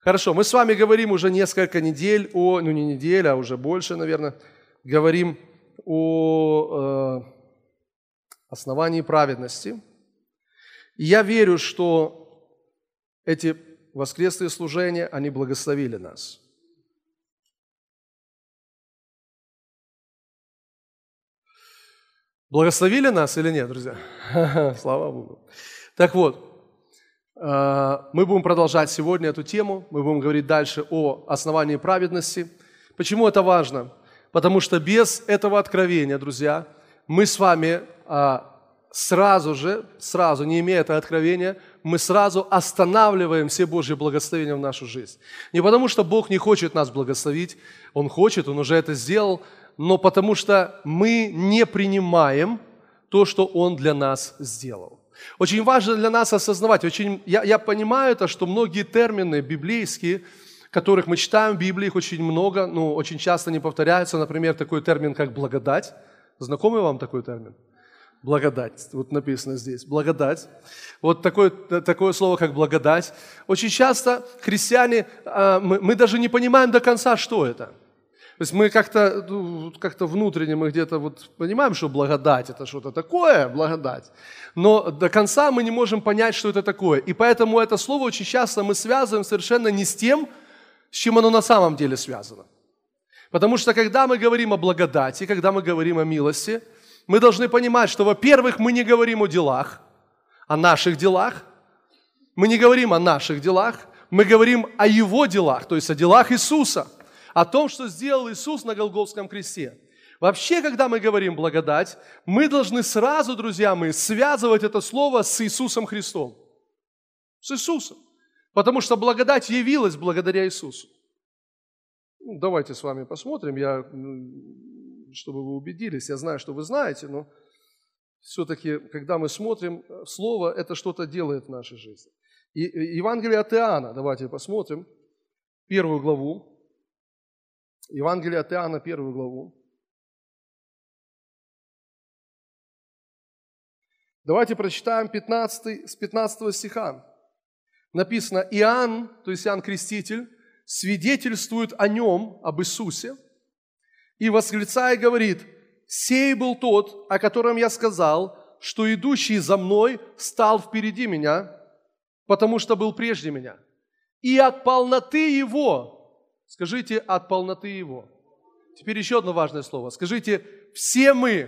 Хорошо, мы с вами говорим уже несколько недель не недель, а уже больше, наверное, говорим о основании праведности. И я верю, что эти воскресные служения, они благословили нас. Благословили нас или нет, друзья? Слава Богу. Так вот, мы будем продолжать сегодня эту тему, мы будем говорить дальше о основании праведности. Почему это важно? Потому что без этого откровения, друзья, мы с вами сразу, не имея этого откровения, мы сразу останавливаем все Божьи благословения в нашу жизнь. Не потому что Бог не хочет нас благословить, Он хочет, Он уже это сделал, но потому что мы не принимаем то, что Он для нас сделал. Очень важно для нас осознавать, я понимаю это, что многие термины библейские, которых мы читаем в Библии, их очень много, но очень часто не повторяются. Например, такой термин, как благодать. Знакомый вам такой термин? Благодать. Вот написано здесь. Благодать. Вот такое слово, как благодать. Очень часто христиане, мы даже не понимаем до конца, что это. То есть мы как-то внутренне мы где-то понимаем, что благодать – это что-то такое, благодать. Но до конца мы не можем понять, что это такое. И поэтому это слово очень часто мы связываем совершенно не с тем, с чем оно на самом деле связано. Потому что когда мы говорим о благодати, когда мы говорим о милости, мы должны понимать, что, во-первых, мы не говорим о делах, о наших делах. Мы не говорим о наших делах, мы говорим о Его делах, то есть о делах Иисуса. О том, что сделал Иисус на Голгофском кресте. Вообще, когда мы говорим благодать, мы должны сразу, друзья мои, связывать это слово с Иисусом Христом. С Иисусом. Потому что благодать явилась благодаря Иисусу. Давайте с вами посмотрим, чтобы вы убедились. Я знаю, что вы знаете, но все-таки, когда мы смотрим, слово это что-то делает в нашей жизни. И Евангелие от Иоанна, давайте посмотрим, 1 главу. Евангелие от Иоанна, 1 главу. Давайте прочитаем с 15 стиха. Написано: Иоанн, то есть Иоанн Креститель, свидетельствует о нем, об Иисусе, и восклицая говорит: «Сей был тот, о котором я сказал, что идущий за мной стал впереди меня, потому что был прежде меня. И от полноты Его». Скажите: от полноты Его. Теперь еще одно важное слово. Скажите: все мы.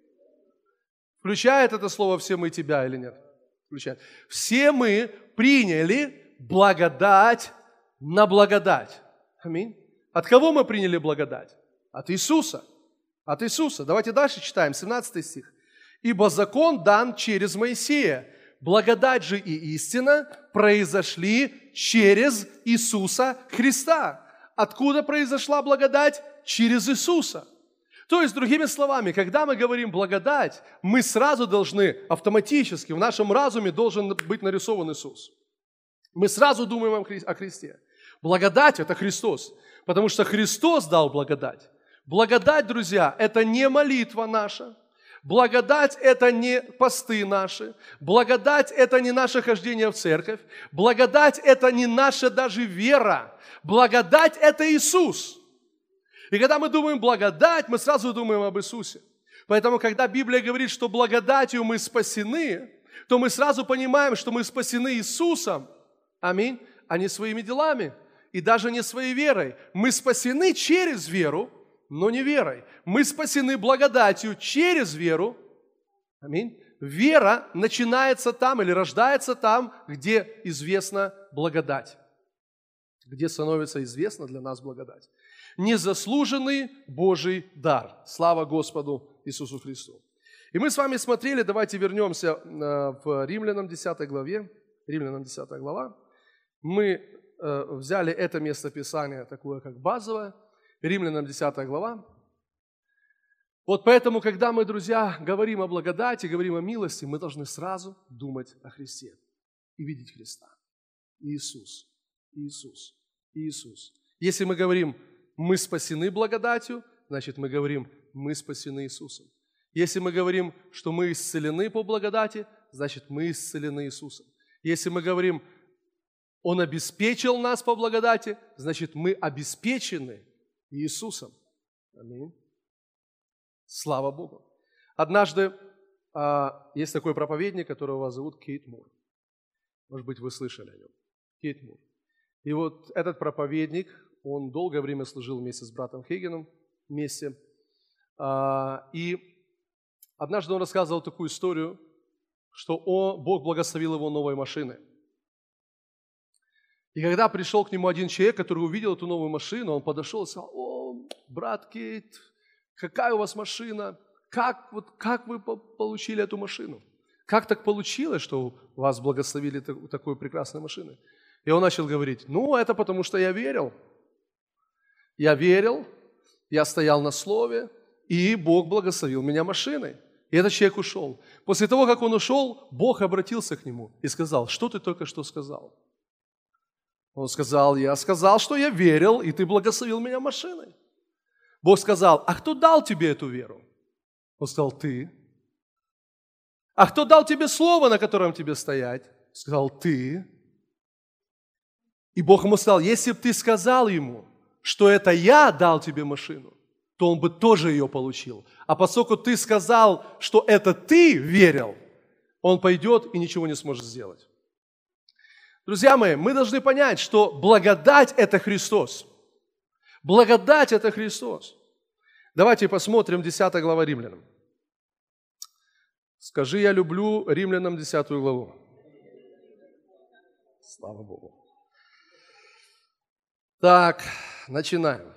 Включает это слово «все мы» тебя или нет? Включает. Все мы приняли благодать на благодать. Аминь. От кого мы приняли благодать? От Иисуса. От Иисуса. Давайте дальше читаем, 17 стих. «Ибо закон дан через Моисея, благодать же и истина произошли через Иисуса Христа». Откуда произошла благодать? Через Иисуса. То есть, другими словами, когда мы говорим благодать, мы сразу должны автоматически, в нашем разуме должен быть нарисован Иисус. Мы сразу думаем о Христе. Благодать – это Христос, потому что Христос дал благодать. Благодать, друзья, это не молитва наша. Благодать – это не посты наши. Благодать – это не наше хождение в церковь. Благодать – это не наша даже вера. Благодать – это Иисус. И когда мы думаем благодать, мы сразу думаем об Иисусе. Поэтому, когда Библия говорит, что благодатью мы спасены, то мы сразу понимаем, что мы спасены Иисусом, аминь, а не своими делами и даже не своей верой. Мы спасены через веру, но не верой. Мы спасены благодатью через веру. Аминь. Вера начинается там или рождается там, где известна благодать. Где становится известна для нас благодать. Незаслуженный Божий дар. Слава Господу Иисусу Христу. И мы с вами смотрели, давайте вернемся в Римлянам 10 главе. Римлянам 10 глава. Мы взяли это местописание такое, как базовое. Римлянам 10 глава. Вот поэтому, когда мы, друзья, говорим о благодати, говорим о милости, мы должны сразу думать о Христе и видеть Христа. Иисус, Иисус, Иисус. Если мы говорим, мы спасены благодатью, значит, мы говорим, мы спасены Иисусом. Если мы говорим, что мы исцелены по благодати, значит, мы исцелены Иисусом. Если мы говорим, Он обеспечил нас по благодати, значит, мы обеспечены Иисусом. Аминь. Слава Богу. Однажды есть такой проповедник, которого вас зовут Кейт Мур. Может быть, вы слышали о нем. Кейт Мур. И вот этот проповедник, он долгое время служил вместе с братом Хейгеном, вместе. И однажды он рассказывал такую историю, что Бог благословил его новой машиной. И когда пришел к нему один человек, который увидел эту новую машину, он подошел и сказал: «О, брат Кейт, какая у вас машина? Как вы получили эту машину? Как так получилось, что вас благословили такой прекрасной машиной?» И он начал говорить: это потому что я верил. Я верил, я стоял на слове, и Бог благословил меня машиной. И этот человек ушел. После того, как он ушел, Бог обратился к нему и сказал: «Что ты только что сказал?» Он сказал: «Я сказал, что я верил, и ты благословил меня машиной». Бог сказал: «А кто дал тебе эту веру?» Он сказал: «Ты». «А кто дал тебе слово, на котором тебе стоять?» Сказал: «Ты». И Бог ему сказал: «Если бы ты сказал ему, что это я дал тебе машину, то он бы тоже ее получил. А поскольку ты сказал, что это ты верил, он пойдет и ничего не сможет сделать». Друзья мои, мы должны понять, что благодать – это Христос. Благодать – это Христос. Давайте посмотрим 10 глава Римлянам. Скажи: «Я люблю Римлянам 10 главу». Слава Богу. Так, начинаем.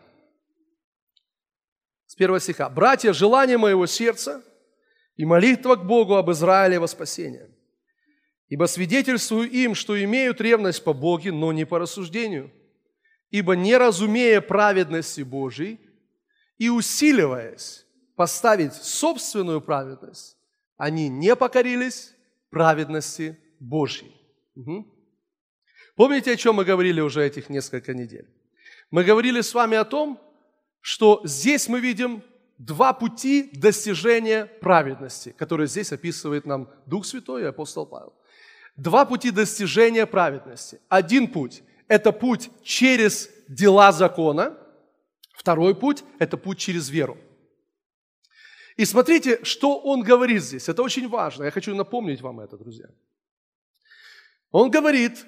С 1 стиха. «Братья, желание моего сердца и молитва к Богу об Израиле во спасение. Ибо свидетельствую им, что имеют ревность по Боге, но не по рассуждению. Ибо не разумея праведности Божией и усиливаясь поставить собственную праведность, они не покорились праведности Божьей». Угу. Помните, о чем мы говорили уже этих несколько недель? Мы говорили с вами о том, что здесь мы видим два пути достижения праведности, которые здесь описывает нам Дух Святой и апостол Павел. Два пути достижения праведности. Один путь – это путь через дела закона. Второй путь – это путь через веру. И смотрите, что он говорит здесь. Это очень важно. Я хочу напомнить вам это, друзья. Он говорит,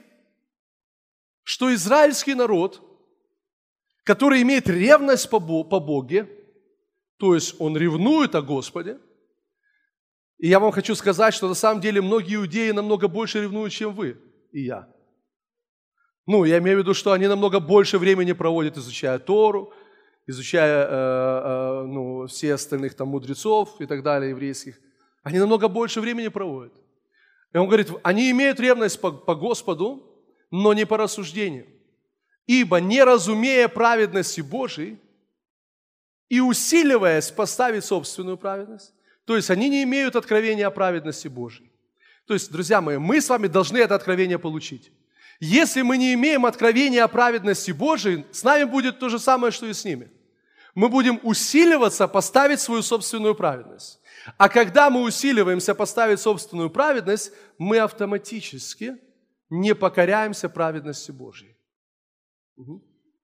что израильский народ, который имеет ревность по Боге, то есть он ревнует о Господе. И я вам хочу сказать, что на самом деле многие иудеи намного больше ревнуют, чем вы и я. Я имею в виду, что они намного больше времени проводят, изучая Тору, изучая все остальных там мудрецов и так далее, еврейских. Они намного больше времени проводят. И он говорит, они имеют ревность по Господу, но не по рассуждению. Ибо, не разумея праведности Божией и усиливаясь поставить собственную праведность, то есть они не имеют откровения о праведности Божией. То есть, друзья мои, мы с вами должны это откровение получить. Если мы не имеем откровения о праведности Божией, с нами будет то же самое, что и с ними. Мы будем усиливаться поставить свою собственную праведность. А когда мы усиливаемся поставить собственную праведность, мы автоматически не покоряемся праведности Божьей. Угу.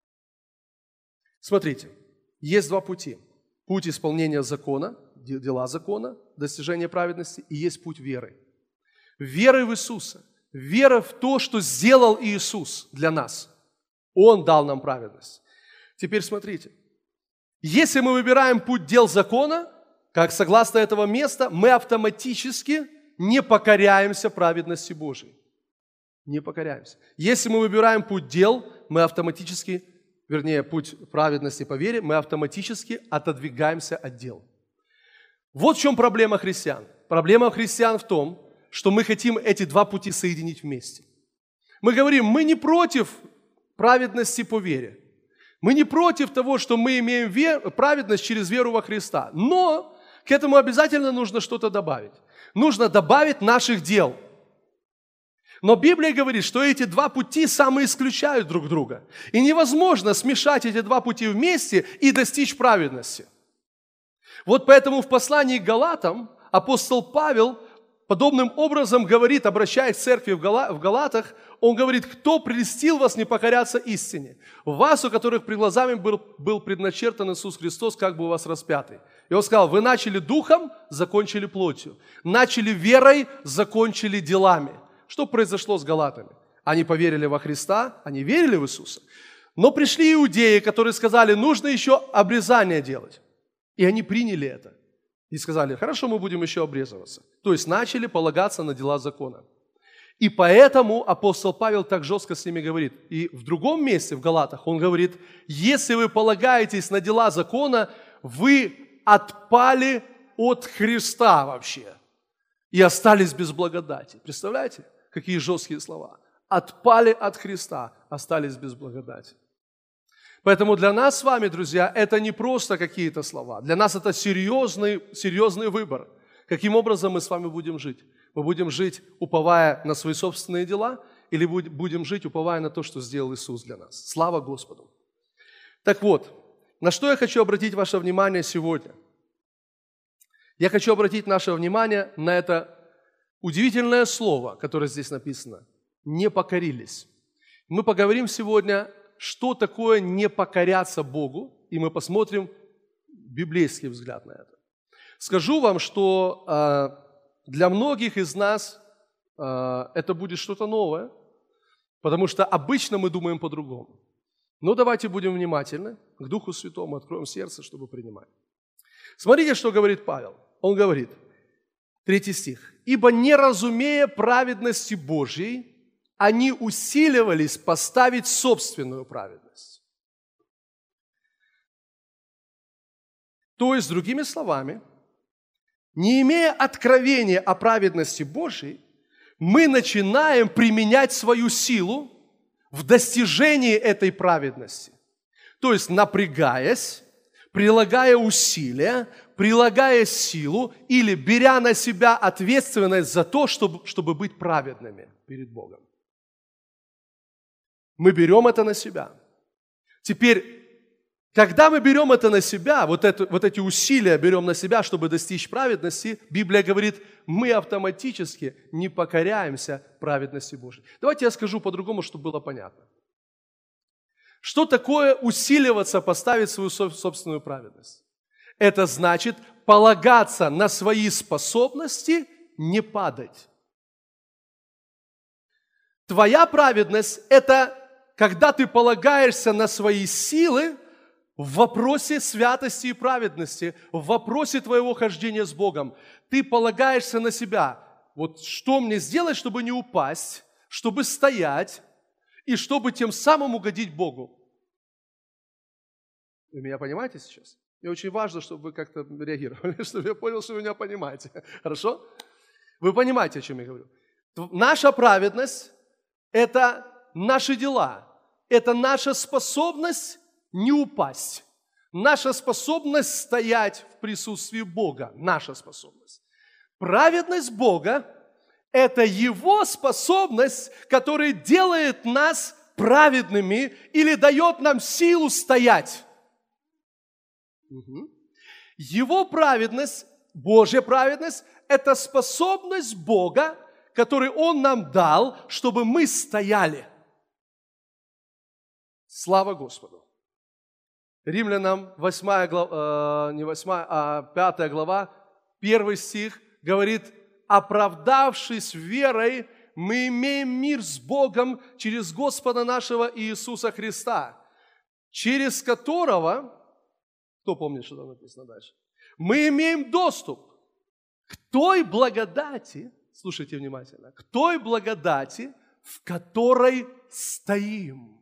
Смотрите, есть два пути. Путь исполнения закона, дела закона, достижения праведности, и есть путь веры. Веры в Иисуса. Вера в то, что сделал Иисус для нас. Он дал нам праведность. Теперь смотрите. Если мы выбираем путь дел закона, как согласно этого места, мы автоматически не покоряемся праведности Божией. Не покоряемся. Если мы выбираем путь дел, мы автоматически, путь праведности по вере, мы автоматически отодвигаемся от дел. Вот в чем проблема христиан. Проблема христиан в том, что мы хотим эти два пути соединить вместе. Мы говорим, мы не против праведности по вере. Мы не против того, что мы имеем праведность через веру во Христа. Но к этому обязательно нужно что-то добавить. Нужно добавить наших дел. Но Библия говорит, что эти два пути самоисключают друг друга. И невозможно смешать эти два пути вместе и достичь праведности. Вот поэтому в послании к Галатам апостол Павел подобным образом говорит, обращаясь к церкви в Галатах, Он говорит, кто прельстил вас не покоряться истине? Вас, у которых пред глазами был предначертан Иисус Христос, как бы у вас распятый. И он сказал, вы начали духом, закончили плотью. Начали верой, закончили делами. Что произошло с галатами? Они поверили во Христа, они верили в Иисуса. Но пришли иудеи, которые сказали, нужно еще обрезание делать. И они приняли это. И сказали, хорошо, мы будем еще обрезываться. То есть начали полагаться на дела закона. И поэтому апостол Павел так жестко с ними говорит. И в другом месте, в Галатах, он говорит, если вы полагаетесь на дела закона, вы отпали от Христа вообще и остались без благодати. Представляете, какие жесткие слова? Отпали от Христа, остались без благодати. Поэтому для нас с вами, друзья, это не просто какие-то слова. Для нас это серьезный выбор. Каким образом мы с вами будем жить? Мы будем жить, уповая на свои собственные дела, или будем жить, уповая на то, что сделал Иисус для нас? Слава Господу! Так вот, на что я хочу обратить ваше внимание сегодня? Я хочу обратить наше внимание на это удивительное слово, которое здесь написано. Не покорились. Мы поговорим сегодня, что такое не покоряться Богу, и мы посмотрим библейский взгляд на это. Скажу вам, что для многих из нас это будет что-то новое, потому что обычно мы думаем по-другому. Но давайте будем внимательны к Духу Святому, откроем сердце, чтобы принимать. Смотрите, что говорит Павел. Он говорит, 3 стих. «Ибо не разумея праведности Божьей, они усиливались поставить собственную праведность». То есть, другими словами, не имея откровения о праведности Божьей, мы начинаем применять свою силу в достижении этой праведности. То есть, напрягаясь, прилагая усилия, прилагая силу или беря на себя ответственность за то, чтобы быть праведными перед Богом. Мы берем это на себя. Теперь, когда мы берем это на себя, вот эти усилия берем на себя, чтобы достичь праведности, Библия говорит, мы автоматически не покоряемся праведности Божьей. Давайте я скажу по-другому, чтобы было понятно. Что такое усиливаться, поставить свою собственную праведность? Это значит полагаться на свои способности, не падать. Твоя праведность – это когда ты полагаешься на свои силы в вопросе святости и праведности, в вопросе твоего хождения с Богом. Ты полагаешься на себя. Вот что мне сделать, чтобы не упасть, чтобы стоять и чтобы тем самым угодить Богу? Вы меня понимаете сейчас? Мне очень важно, чтобы вы как-то реагировали, чтобы я понял, что вы меня понимаете. Хорошо? Вы понимаете, о чем я говорю? Наша праведность – это наши дела. Это наша способность не упасть. Наша способность стоять в присутствии Бога. Наша способность. Праведность Бога – это Его способность, которая делает нас праведными или дает нам силу стоять. Его праведность, Божья праведность – это способность Бога, которую Он нам дал, чтобы мы стояли. Слава Господу! Римлянам 8 глава, не 8, а 5 глава, 1 стих говорит, оправдавшись верой, мы имеем мир с Богом через Господа нашего Иисуса Христа, через которого, кто помнит, что там написано дальше, мы имеем доступ к той благодати, слушайте внимательно, к той благодати, в которой стоим.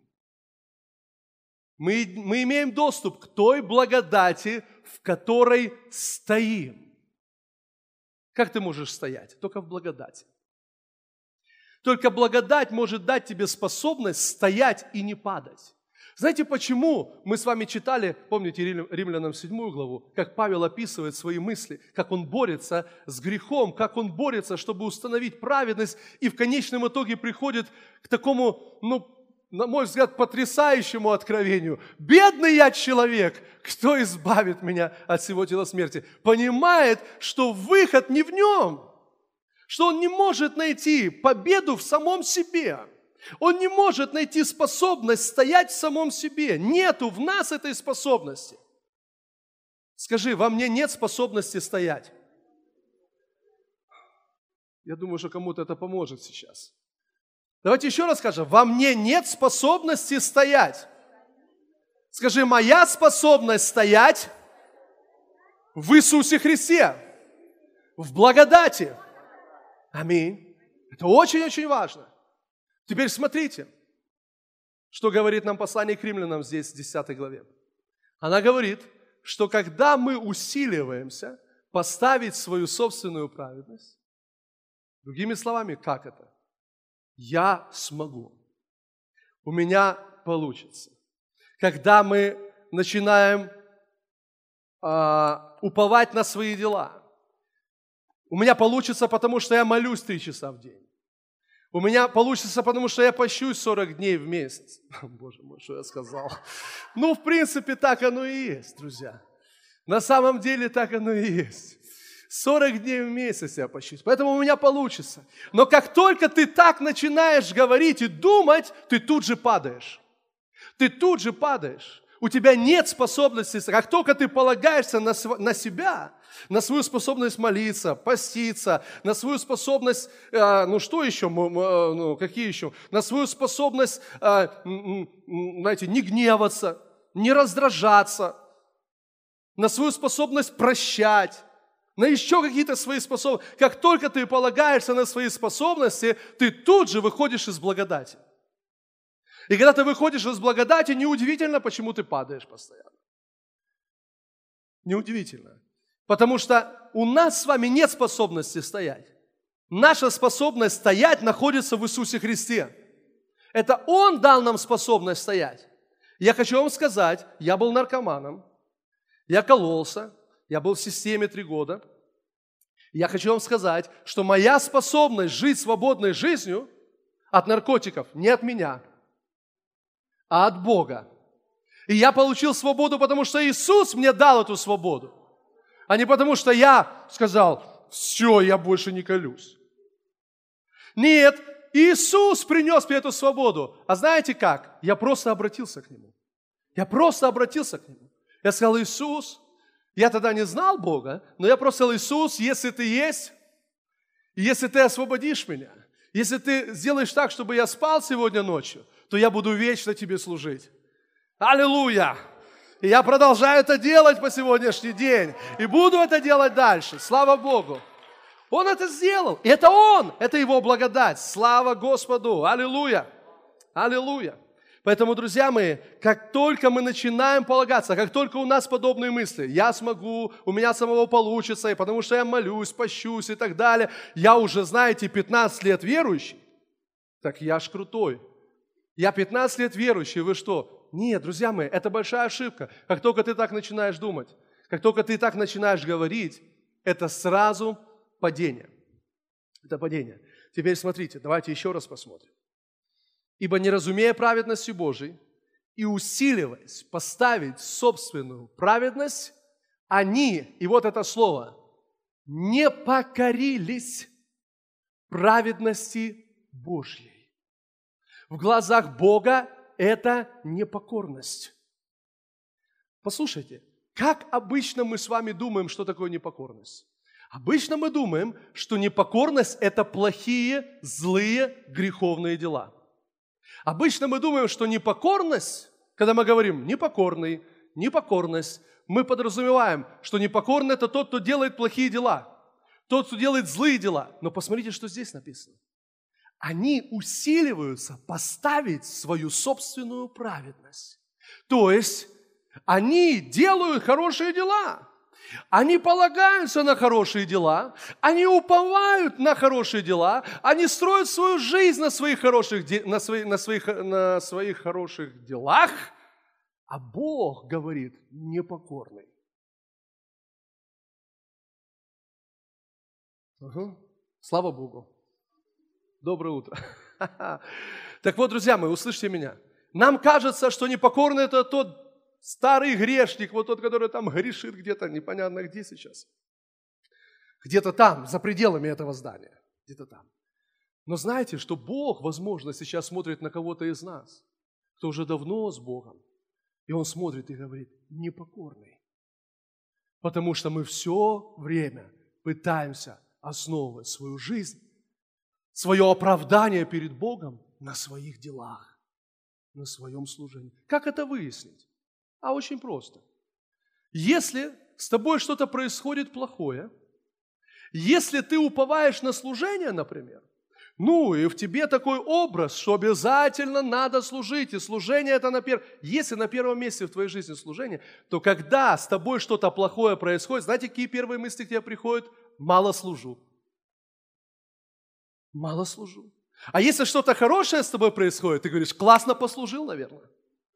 Мы имеем доступ к той благодати, в которой стоим. Как ты можешь стоять? Только в благодати. Только благодать может дать тебе способность стоять и не падать. Знаете, почему мы с вами читали, помните, Римлянам 7 главу, как Павел описывает свои мысли, как он борется с грехом, как он борется, чтобы установить праведность, и в конечном итоге приходит к такому, на мой взгляд, потрясающему откровению. Бедный я человек, кто избавит меня от всего тела смерти? Понимает, что выход не в нем, что он не может найти победу в самом себе, Он не может найти способность стоять в самом себе. Нету в нас этой способности. Скажи, во мне нет способности стоять. Я думаю, что кому-то это поможет сейчас. Давайте еще раз скажем. Во мне нет способности стоять. Скажи, моя способность стоять в Иисусе Христе, в благодати. Аминь. Это очень-очень важно. Теперь смотрите, что говорит нам послание к римлянам здесь, в 10 главе. Она говорит, что когда мы усиливаемся поставить свою собственную праведность, другими словами, как это? Я смогу. У меня получится. Когда мы начинаем уповать на свои дела. У меня получится, потому что я молюсь 3 часа в день. У меня получится, потому что я пощусь 40 дней в месяц. Боже мой, что я сказал? Ну, в принципе, так оно и есть, друзья. На самом деле так оно и есть. 40 дней в месяц я пощусь, поэтому у меня получится. Но как только ты так начинаешь говорить и думать, ты тут же падаешь. Ты тут же падаешь. У тебя нет способности. Как только ты полагаешься на себя, на свою способность молиться, поститься, на свою способность, что еще, какие еще? На свою способность, знаете, не гневаться, не раздражаться, на свою способность прощать, на еще какие-то свои способности. Как только ты полагаешься на свои способности, ты тут же выходишь из благодати. И когда ты выходишь из благодати, неудивительно, почему ты падаешь постоянно. Неудивительно. Потому что у нас с вами нет способности стоять. Наша способность стоять находится в Иисусе Христе. Это Он дал нам способность стоять. Я хочу вам сказать, я был наркоманом, я кололся, я был в системе 3 года. Я хочу вам сказать, что моя способность жить свободной жизнью от наркотиков не от меня, а от Бога. И я получил свободу, потому что Иисус мне дал эту свободу, а не потому что я сказал, все, я больше не колюсь. Нет, Иисус принес мне эту свободу. А знаете как? Я просто обратился к Нему. Я сказал, Иисус, я тогда не знал Бога, но я просто сказал, Иисус, если Ты есть, если Ты освободишь меня, если Ты сделаешь так, чтобы я спал сегодня ночью, то я буду вечно Тебе служить. Аллилуйя! И я продолжаю это делать по сегодняшний день. И буду это делать дальше. Слава Богу. Он это сделал. И это Он. Это Его благодать. Слава Господу. Аллилуйя. Аллилуйя. Поэтому, друзья мои, как только мы начинаем полагаться, как только у нас подобные мысли, я смогу, у меня самого получится, и потому что я молюсь, пощусь и так далее, я уже, знаете, 15 лет верующий, так я ж крутой. Я 15 лет верующий, вы что? Нет, друзья мои, это большая ошибка. Как только ты так начинаешь думать, как только ты так начинаешь говорить, это сразу падение. Это падение. Теперь смотрите, давайте еще раз посмотрим. «Ибо не разумея праведности Божией и усиливаясь поставить собственную праведность, они, и вот это слово, не покорились праведности Божьей». В глазах Бога это непокорность. Послушайте, как обычно мы с вами думаем, что такое непокорность? Обычно мы думаем, что непокорность – это плохие, злые, греховные дела. Обычно мы думаем, что непокорность, когда мы говорим непокорный, непокорность, мы подразумеваем, что непокорный – это тот, кто делает плохие дела, тот, кто делает злые дела. Но посмотрите, что здесь написано. Они усиливаются поставить свою собственную праведность. То есть они делают хорошие дела. Они полагаются на хорошие дела, они уповают на хорошие дела, они строят свою жизнь на своих хороших делах, а Бог говорит непокорный. Слава Богу. Доброе утро. Так вот, друзья мои, услышьте меня. Нам кажется, что непокорный – это тот старый грешник, вот тот, который там грешит где-то, непонятно где сейчас. Где-то там, за пределами этого здания. Где-то там. Но знаете, что Бог, возможно, сейчас смотрит на кого-то из нас, кто уже давно с Богом, и Он смотрит и говорит: непокорный. Потому что мы все время пытаемся основывать свою жизнь, свое оправдание перед Богом на своих делах, на своем служении. Как это выяснить? А очень просто. Если с тобой что-то происходит плохое, если ты уповаешь на служение, например, и в тебе такой образ, что обязательно надо служить, и служение это Если на первом месте в твоей жизни служение, то когда с тобой что-то плохое происходит, знаете, какие первые мысли к тебе приходят? Мало служу. Мало служу. А если что-то хорошее с тобой происходит, ты говоришь: классно послужил, наверное.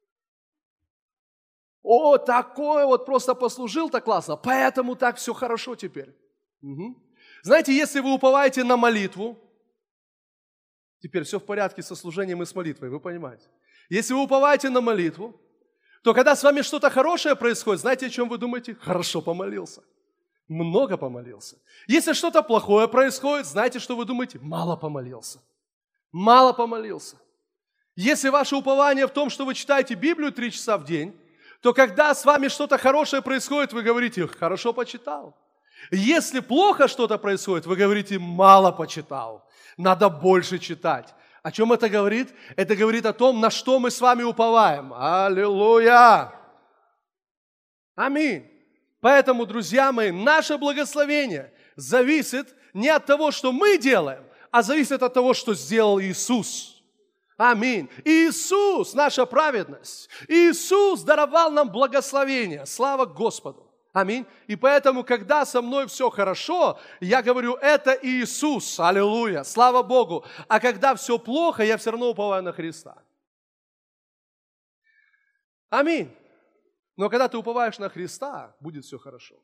О, такое вот просто послужил так классно, поэтому так все хорошо теперь. Угу. Знаете, если вы уповаете на молитву, теперь все в порядке со служением и с молитвой, вы понимаете. Если вы уповаете на молитву, то когда с вами что-то хорошее происходит, знаете, о чем вы думаете? Хорошо помолился. Много помолился. Если что-то плохое происходит, знаете, что вы думаете? Мало помолился. Мало помолился. Если ваше упование в том, что вы читаете Библию 3 часа в день, то когда с вами что-то хорошее происходит, вы говорите: хорошо почитал. Если плохо что-то происходит, вы говорите: мало почитал. Надо больше читать. О чем это говорит? Это говорит о том, на что мы с вами уповаем. Аллилуйя! Аминь. Поэтому, друзья мои, наше благословение зависит не от того, что мы делаем, а зависит от того, что сделал Иисус. Аминь. Иисус – наша праведность. Иисус даровал нам благословение. Слава Господу. Аминь. И поэтому, когда со мной все хорошо, я говорю: это Иисус. Аллилуйя. Слава Богу. А когда все плохо, я все равно уповаю на Христа. Аминь. Но когда ты уповаешь на Христа, будет все хорошо.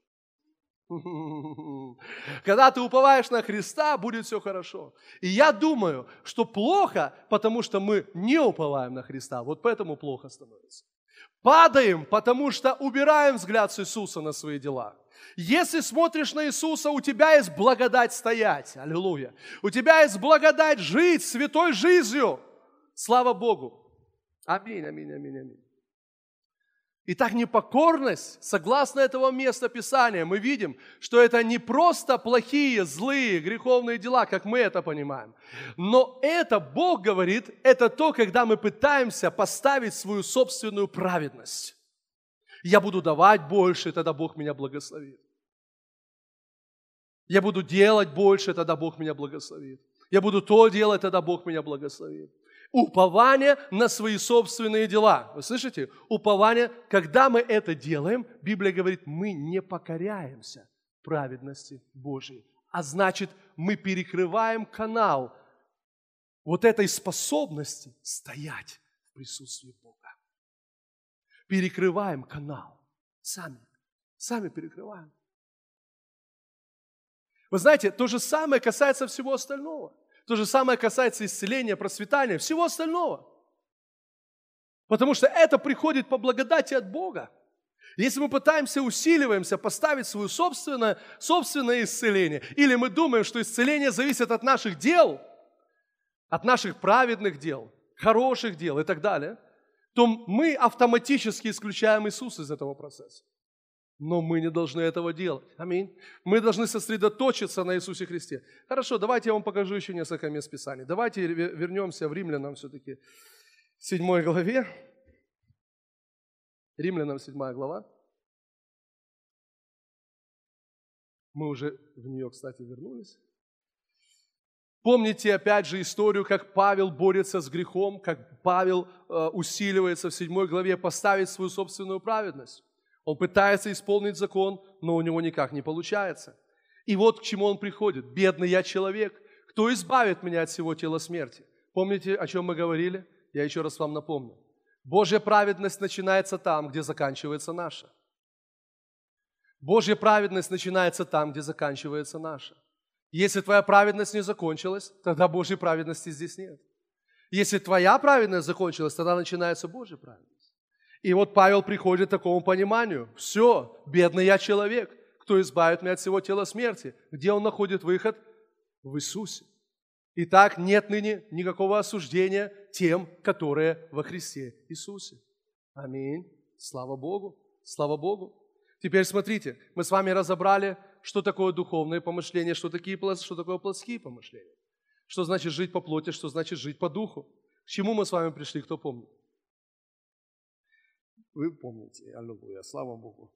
Когда ты уповаешь на Христа, будет все хорошо. И я думаю, что плохо, потому что мы не уповаем на Христа. Вот поэтому плохо становится. Падаем, потому что убираем взгляд с Иисуса на свои дела. Если смотришь на Иисуса, у тебя есть благодать стоять. Аллилуйя. У тебя есть благодать жить святой жизнью. Слава Богу. Аминь, аминь, аминь, аминь. Итак, непокорность, согласно этого места Писания, мы видим, что это не просто плохие, злые, греховные дела, как мы это понимаем. Но это, Бог говорит, это то, когда мы пытаемся поставить свою собственную праведность. Я буду давать больше, тогда Бог меня благословит. Я буду делать больше, тогда Бог меня благословит. Я буду то делать, тогда Бог меня благословит. Упование на свои собственные дела. Вы слышите? Упование, когда мы это делаем, Библия говорит, мы не покоряемся праведности Божией. А значит, мы перекрываем канал вот этой способности стоять в присутствии Бога. Перекрываем канал. Сами перекрываем. Вы знаете, то же самое касается всего остального. То же самое касается исцеления, процветания, всего остального. Потому что это приходит по благодати от Бога. Если мы пытаемся, усиливаемся поставить свое собственное исцеление, или мы думаем, что исцеление зависит от наших дел, от наших праведных дел, хороших дел и так далее, то мы автоматически исключаем Иисуса из этого процесса. Но мы не должны этого делать. Аминь. Мы должны сосредоточиться на Иисусе Христе. Хорошо, давайте я вам покажу еще несколько мест Писаний. Давайте вернемся в Римлянам все-таки, 7 главе. Римлянам 7 глава. Мы уже в нее, кстати, вернулись. Помните, опять же, историю, как Павел борется с грехом, как Павел усиливается в 7 главе поставить свою собственную праведность. Он пытается исполнить закон, но у него никак не получается. И вот к чему он приходит. «Бедный я человек, кто избавит меня от всего тела смерти?» Помните, о чем мы говорили? Я еще раз вам напомню. Божья праведность начинается там, где заканчивается наша. Божья праведность начинается там, где заканчивается наша. Если твоя праведность не закончилась, тогда Божьей праведности здесь нет. Если твоя праведность закончилась, тогда начинается Божья праведность. И вот Павел приходит к такому пониманию. Все, бедный я человек, кто избавит меня от всего тела смерти. Где он находит выход? В Иисусе. Итак, нет ныне никакого осуждения тем, которые во Христе Иисусе. Аминь. Слава Богу. Слава Богу. Теперь смотрите, мы с вами разобрали, что такое духовные помышления, что такое плотские помышления. Что значит жить по плоти, что значит жить по духу. К чему мы с вами пришли, кто помнит? Вы помните, аллилуйя, слава Богу.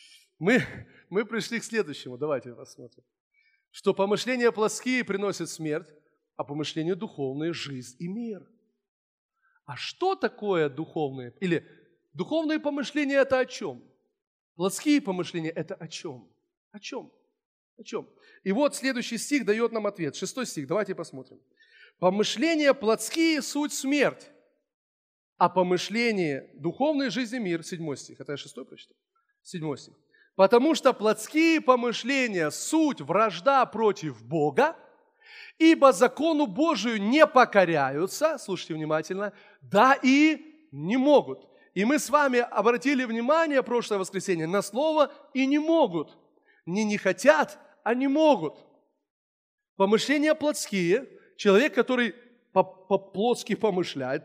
Мы пришли к следующему, давайте посмотрим. Что помышления плотские приносят смерть, а помышления духовные – жизнь и мир. А что такое духовные? Или духовные помышления – это о чем? Плотские помышления – это о чем? О чем? О чем? И вот следующий стих дает нам ответ. 6 стих, давайте посмотрим. Помышления плотские – суть смерть, а помышления духовной жизни – мир. 7 стих. Это я 6 прочитал? 7 стих. Потому что плотские помышления – суть вражда против Бога, ибо закону Божию не покоряются, слушайте внимательно, да и не могут. И мы с вами обратили внимание прошлое воскресенье на слово «и не могут». Не хотят, а не могут. Помышления плотские, человек, который по-плотски помышляет,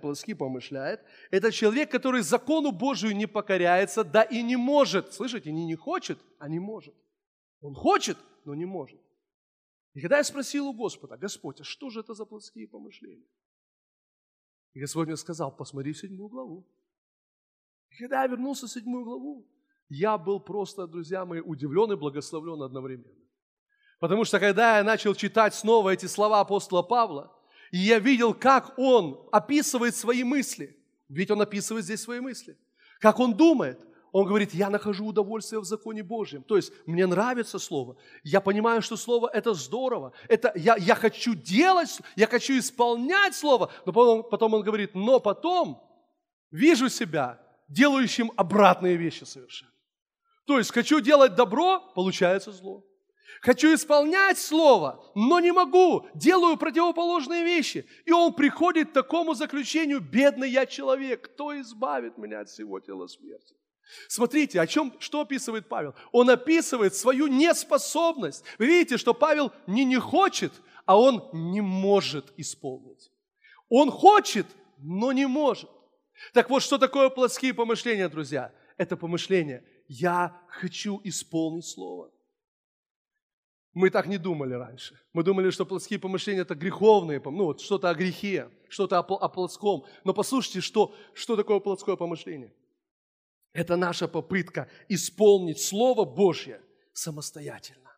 это человек, который закону Божию не покоряется, да и не может. Слышите, не хочет, а не может. Он хочет, но не может. И когда я спросил у Господа: Господь, а что же это за плотские помышления? И Господь мне сказал: посмотри 7 главу. И когда я вернулся в 7 главу, я был просто, друзья мои, удивлен и благословлен одновременно. Потому что когда я начал читать снова эти слова апостола Павла, и я видел, как он описывает свои мысли, ведь он описывает здесь свои мысли, как он думает, он говорит: я нахожу удовольствие в законе Божьем. То есть мне нравится Слово, я понимаю, что Слово – это здорово, это я хочу делать, я хочу исполнять Слово, но потом он говорит: но потом вижу себя делающим обратные вещи совершенно. То есть хочу делать добро, получается зло. Хочу исполнять Слово, но не могу, делаю противоположные вещи. И он приходит к такому заключению: бедный я человек, кто избавит меня от всего тела смерти? Смотрите, что описывает Павел? Он описывает свою неспособность. Вы видите, что Павел не хочет, а он не может исполнить. Он хочет, но не может. Так вот, что такое плотские помышления, друзья? Это помышление: я хочу исполнить Слово. Мы так не думали раньше. Мы думали, что плотские помышления – это греховные, что-то о грехе, что-то о плотском. Но послушайте, что такое плотское помышление? Это наша попытка исполнить Слово Божье самостоятельно.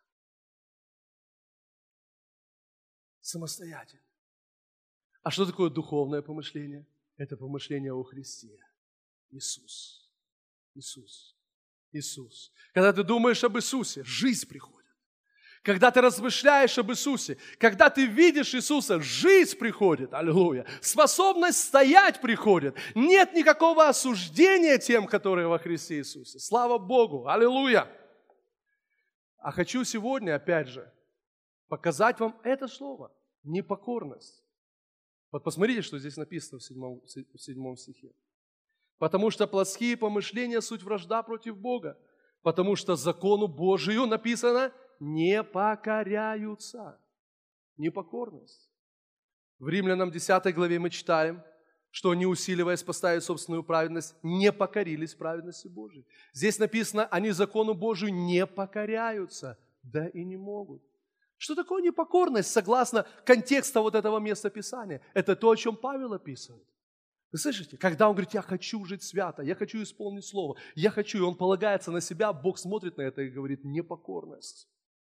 Самостоятельно. А что такое духовное помышление? Это помышление о Христе. Иисус. Иисус. Иисус. Когда ты думаешь об Иисусе, жизнь приходит. Когда ты размышляешь об Иисусе, когда ты видишь Иисуса, жизнь приходит, аллилуйя, способность стоять приходит. Нет никакого осуждения тем, которые во Христе Иисусе. Слава Богу, аллилуйя. А хочу сегодня, опять же, показать вам это слово, непокорность. Вот посмотрите, что здесь написано в 7 стихе. Потому что плотские помышления – суть вражда против Бога. Потому что закону Божию написано – не покоряются. Непокорность. В Римлянам 10 главе мы читаем, что, не усиливаясь поставить собственную праведность, не покорились праведности Божией. Здесь написано: они закону Божию не покоряются, да и не могут. Что такое непокорность, согласно контекста вот этого места Писания? Это то, о чем Павел описывает. Вы слышите? Когда он говорит: я хочу жить свято, я хочу исполнить Слово, я хочу, и он полагается на себя, Бог смотрит на это и говорит: непокорность.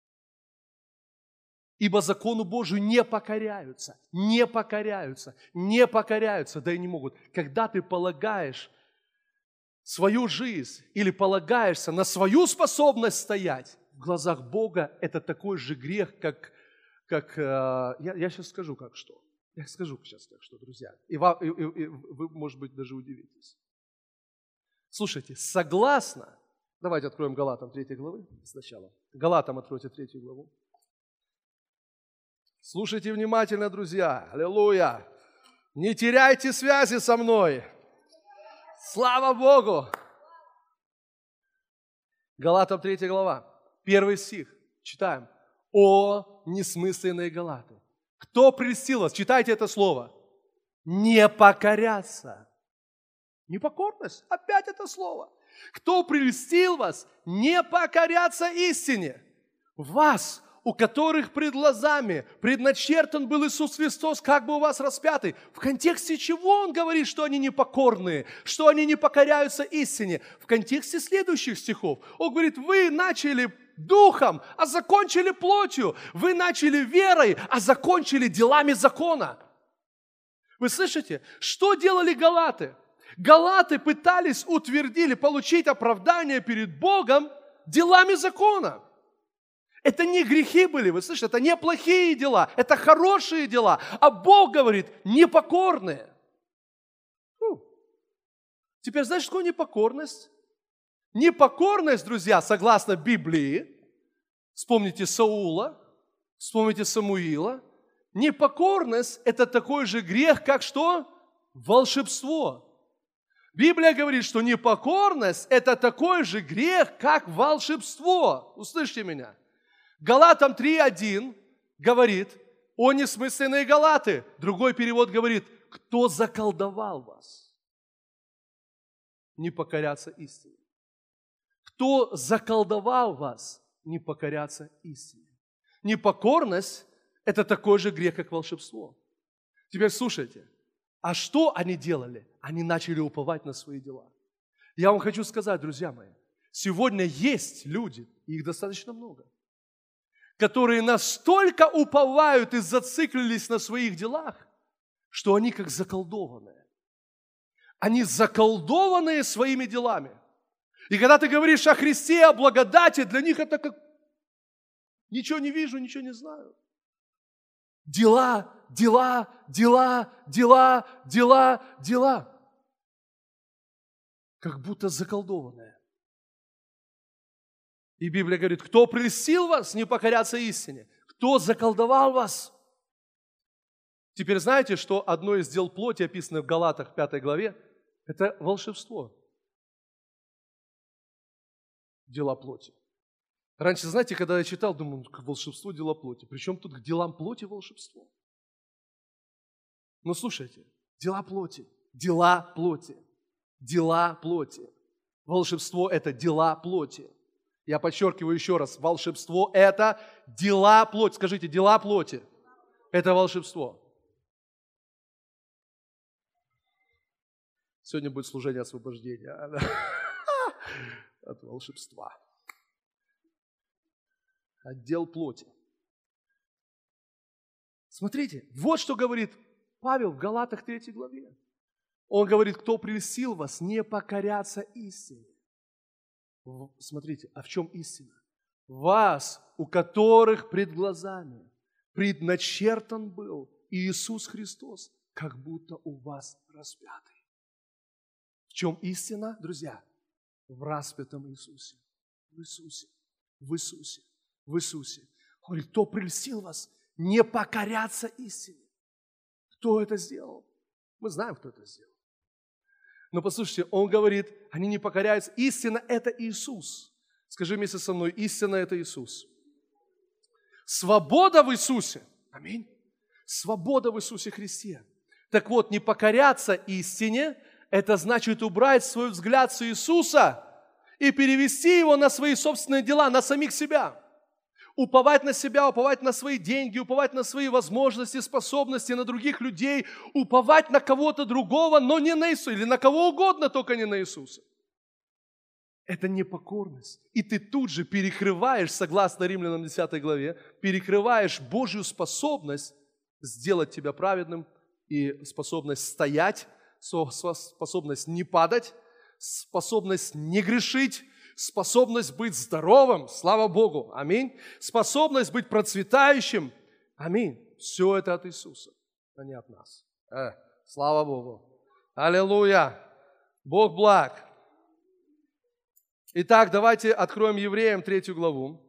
Ибо закону Божию не покоряются, не покоряются, не покоряются, да и не могут. Когда ты полагаешь свою жизнь или полагаешься на свою способность стоять, в глазах Бога это такой же грех, как я сейчас скажу, как что. Я скажу сейчас так что, друзья. И вы, может быть, даже удивитесь. Слушайте, согласно, давайте откроем Галатам 3 главы сначала. Галатам откройте 3 главу. Слушайте внимательно, друзья. Аллилуйя. Не теряйте связи со мной. Слава Богу. Галатам 3 глава, 1 стих. Читаем. О, несмысленные Галаты! Кто прельстил вас? Читайте это слово. Не покоряться. Непокорность. Опять это слово. Кто прельстил вас? Не покоряться истине. Вас, у которых пред глазами предначертан был Иисус Христос, как бы у вас распятый. В контексте чего Он говорит, что они непокорные, что они не покоряются истине? В контексте следующих стихов. Он говорит, вы начали духом, а закончили плотью. Вы начали верой, а закончили делами закона. Вы слышите? Что делали галаты? Галаты пытались утвердить, получить оправдание перед Богом делами закона. Это не грехи были, вы слышите, это не плохие дела, это хорошие дела. А Бог говорит, непокорные. Теперь знаешь, что такое непокорность? Непокорность, друзья, согласно Библии, вспомните Саула, вспомните Самуила, непокорность – это такой же грех, как что? Волшебство. Библия говорит, что непокорность – это такой же грех, как волшебство. Услышьте меня. Галатам 3:1 говорит, о несмысленные галаты. Другой перевод говорит, кто заколдовал вас не покоряться истине? Кто заколдовал вас не покоряться истине? Непокорность – это такой же грех, как волшебство. Теперь слушайте, а что они делали? Они начали уповать на свои дела. Я вам хочу сказать, друзья мои, сегодня есть люди, их достаточно много, которые настолько уповают и зациклились на своих делах, что они как заколдованные. Они заколдованные своими делами. И когда ты говоришь о Христе, о благодати, для них это как ничего не вижу, ничего не знаю. Дела, дела, дела, дела, дела, дела. Как будто заколдованные. И Библия говорит, кто прельстил вас не покоряться истине? Кто заколдовал вас? Теперь знаете, что одно из дел плоти, описанное в Галатах 5 главе, это волшебство. Дела плоти. Раньше, знаете, когда я читал, думаю, волшебство, дела плоти. Причем тут к делам плоти волшебство? Но слушайте, дела плоти, дела плоти, дела плоти. Волшебство – это дела плоти. Я подчеркиваю еще раз, волшебство – это дела плоти. Скажите, дела плоти – это волшебство. Сегодня будет служение освобождения от волшебства. Отдел плоти. Смотрите, вот что говорит Павел в Галатах 3 главе. Он говорит, кто прельстил вас не покоряться истине. Смотрите, а в чем истина? Вас, у которых пред глазами предначертан был Иисус Христос, как будто у вас распятый. В чем истина, друзья? В распятом Иисусе. В Иисусе. В Иисусе. В Иисусе. Он говорит, кто прельстил вас не покоряться истине? Кто это сделал? Мы знаем, кто это сделал. Но послушайте, он говорит, они не покоряются. Истина – это Иисус. Скажи вместе со мной, истина – это Иисус. Свобода в Иисусе. Аминь. Свобода в Иисусе Христе. Так вот, не покоряться истине – это значит убрать свой взгляд с Иисуса и перевести его на свои собственные дела, на самих себя. Уповать на себя, уповать на свои деньги, уповать на свои возможности, способности, на других людей, уповать на кого-то другого, но не на Иисуса, или на кого угодно, только не на Иисуса. Это непокорность. И ты тут же перекрываешь, согласно Римлянам 10 главе, перекрываешь Божью способность сделать тебя праведным и способность стоять, способность не падать, способность не грешить, способность быть здоровым, слава Богу, аминь, способность быть процветающим, аминь. Все это от Иисуса, а не от нас. Слава Богу. Аллилуйя. Бог благ. Итак, давайте откроем Евреям 3 главу.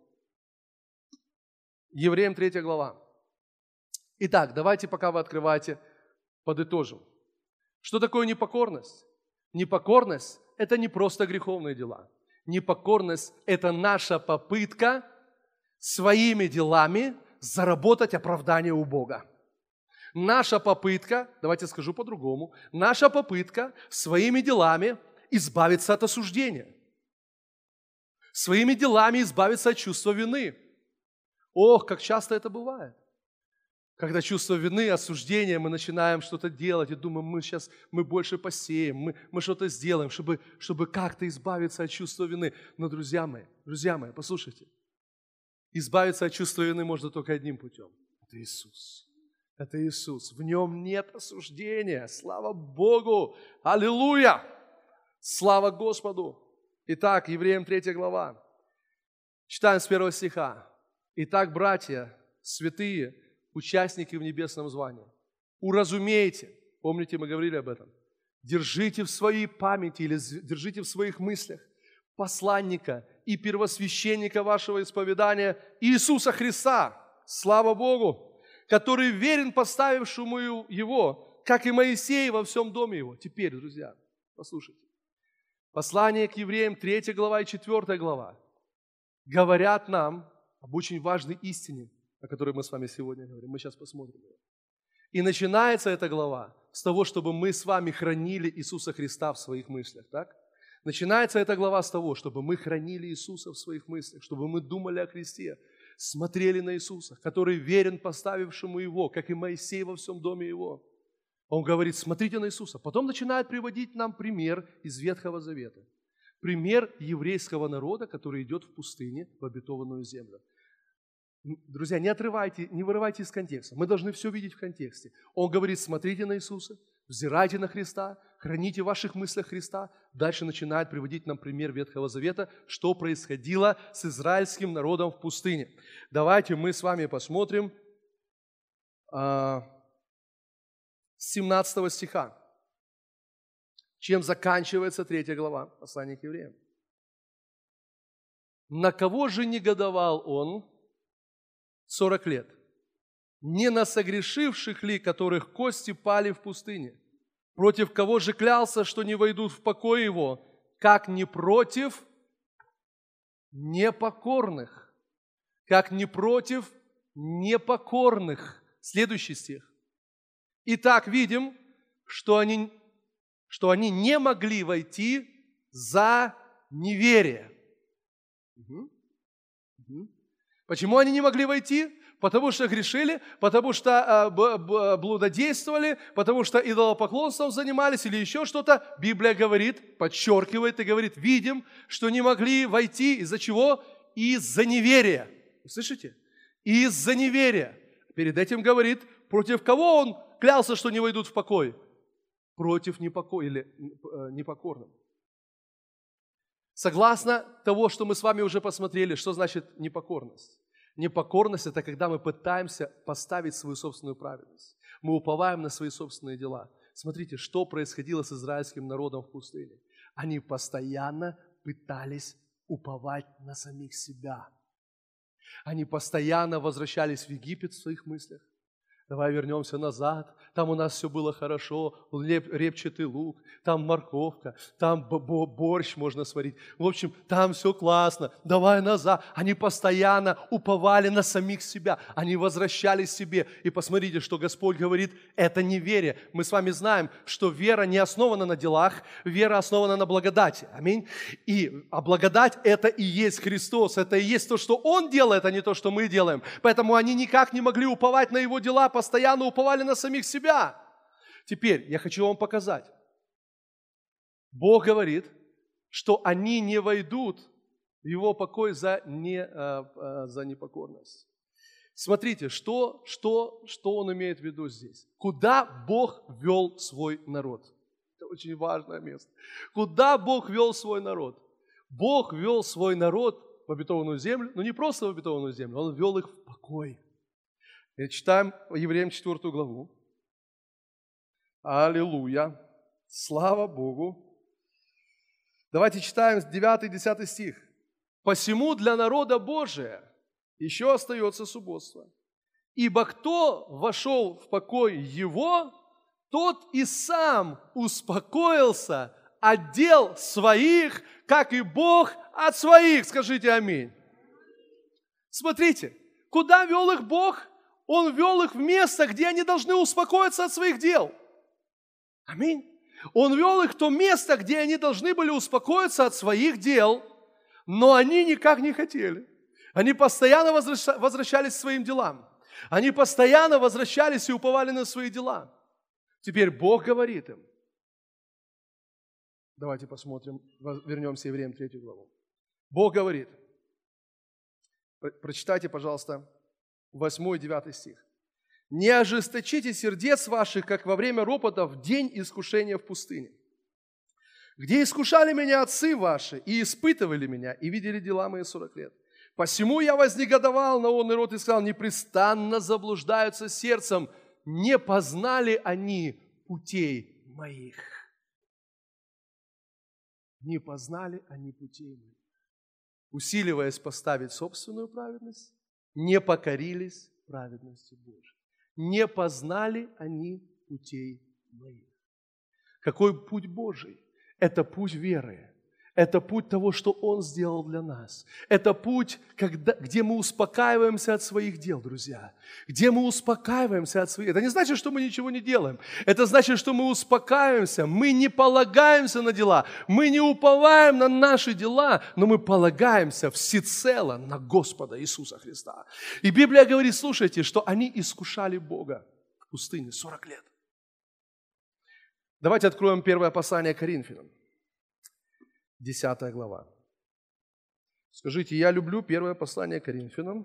Евреям 3 глава. Итак, давайте, пока вы открываете, подытожим. Что такое непокорность? Непокорность – это не просто греховные дела. Непокорность – это наша попытка своими делами заработать оправдание у Бога. Наша попытка, давайте скажу по-другому, наша попытка своими делами избавиться от осуждения. Своими делами избавиться от чувства вины. Ох, как часто это бывает. Когда чувство вины, осуждения, мы начинаем что-то делать и думаем, мы больше посеем, мы что-то сделаем, чтобы как-то избавиться от чувства вины. Но, друзья мои, послушайте, избавиться от чувства вины можно только одним путем. Это Иисус. Это Иисус. В Нем нет осуждения. Слава Богу! Аллилуйя! Слава Господу! Итак, Евреям 3 глава. Читаем с 1 стиха. Итак, братья, святые, участники в небесном звании, уразумейте, помните, мы говорили об этом, держите в своей памяти или держите в своих мыслях посланника и первосвященника вашего исповедания Иисуса Христа, слава Богу, который верен поставившему Его, как и Моисей во всем доме Его. Теперь, друзья, послушайте. Послание к евреям 3 глава и 4 глава говорят нам об очень важной истине, о которой мы с вами сегодня говорим. Мы сейчас посмотрим ее. И начинается эта глава с того, чтобы мы с вами хранили Иисуса Христа в своих мыслях, так? Начинается эта глава с того, чтобы мы хранили Иисуса в своих мыслях, чтобы мы думали о Христе, смотрели на Иисуса, который верен поставившему Его, как и Моисей во всем доме Его. Он говорит, смотрите на Иисуса. Потом начинает приводить нам пример из Ветхого Завета. Пример еврейского народа, который идет в пустыне в обетованную землю. Друзья, не вырывайте из контекста. Мы должны все видеть в контексте. Он говорит, смотрите на Иисуса, взирайте на Христа, храните в ваших мыслях Христа. Дальше начинает приводить нам пример Ветхого Завета, что происходило с израильским народом в пустыне. Давайте мы с вами посмотрим 17 стиха, чем заканчивается 3 глава послания к евреям. «На кого же негодовал он 40 лет? Не на согрешивших ли, которых кости пали в пустыне? Против кого же клялся, что не войдут в покой его, как не против непокорных?» Как не против непокорных. Следующий стих. Итак, видим, что они не могли войти за неверие. Почему они не могли войти? Потому что грешили, потому что блудодействовали, потому что идолопоклонством занимались или еще что-то. Библия говорит, подчеркивает и говорит, видим, что не могли войти. Из-за чего? Из-за неверия. Вы слышите? Из-за неверия. Перед этим говорит, против кого он клялся, что не войдут в покой? Против непокорным. Согласно того, что мы с вами уже посмотрели, что значит непокорность? Непокорность – это когда мы пытаемся поставить свою собственную праведность. Мы уповаем на свои собственные дела. Смотрите, что происходило с израильским народом в пустыне. Они постоянно пытались уповать на самих себя. Они постоянно возвращались в Египет в своих мыслях. Давай вернемся назад, там у нас все было хорошо, репчатый лук, там морковка, там борщ можно сварить. В общем, там все классно, давай назад. Они постоянно уповали на самих себя, они возвращались к себе. И посмотрите, что Господь говорит, это неверие. Мы с вами знаем, что вера не основана на делах, вера основана на благодати. Аминь. А благодать – это и есть Христос, это и есть то, что Он делает, а не то, что мы делаем. Поэтому они никак не могли уповать на Его дела, постоянно уповали на самих себя. Теперь я хочу вам показать. Бог говорит, что они не войдут в Его покой за непокорность. Смотрите, что Он имеет в виду здесь. Куда Бог вел свой народ? Это очень важное место. Куда Бог вел свой народ? Бог вел свой народ в обетованную землю, но не просто в обетованную землю, Он вел их в покой. И читаем Евреям 4 главу. Аллилуйя! Слава Богу! Давайте читаем 9-10 стих. «Посему для народа Божия еще остается субботство. Ибо кто вошел в покой его, тот и сам успокоился от дел своих, как и Бог от своих». Скажите аминь. Смотрите, куда вел их Бог? Он вел их в место, где они должны успокоиться от своих дел. Аминь. Он вел их в то место, где они должны были успокоиться от своих дел, но они никак не хотели. Они постоянно возвращались к своим делам. Они постоянно возвращались и уповали на свои дела. Теперь Бог говорит им. Давайте посмотрим, вернемся в Евреям 3 главу. Бог говорит, прочитайте, пожалуйста, 8 и 9 стих. «Не ожесточите сердец ваших, как во время ропота в день искушения в пустыне, где искушали меня отцы ваши, и испытывали меня, и видели дела мои 40 лет. Посему я вознегодовал на он народ и сказал, непрестанно заблуждаются сердцем, не познали они путей моих». Не познали они путей моих. Усиливаясь поставить собственную праведность, не покорились праведности Божией. Не познали они путей моих. Какой путь Божий? Это путь веры. Это путь того, что Он сделал для нас. Это путь, где мы успокаиваемся от своих дел, друзья. Где мы успокаиваемся от своих... Это не значит, что мы ничего не делаем. Это значит, что мы успокаиваемся. Мы не полагаемся на дела. Мы не уповаем на наши дела, но мы полагаемся всецело на Господа Иисуса Христа. И Библия говорит, слушайте, что они искушали Бога в пустыне 40 лет. Давайте откроем первое послание Коринфянам. 10 глава. Скажите, я люблю первое послание Коринфянам.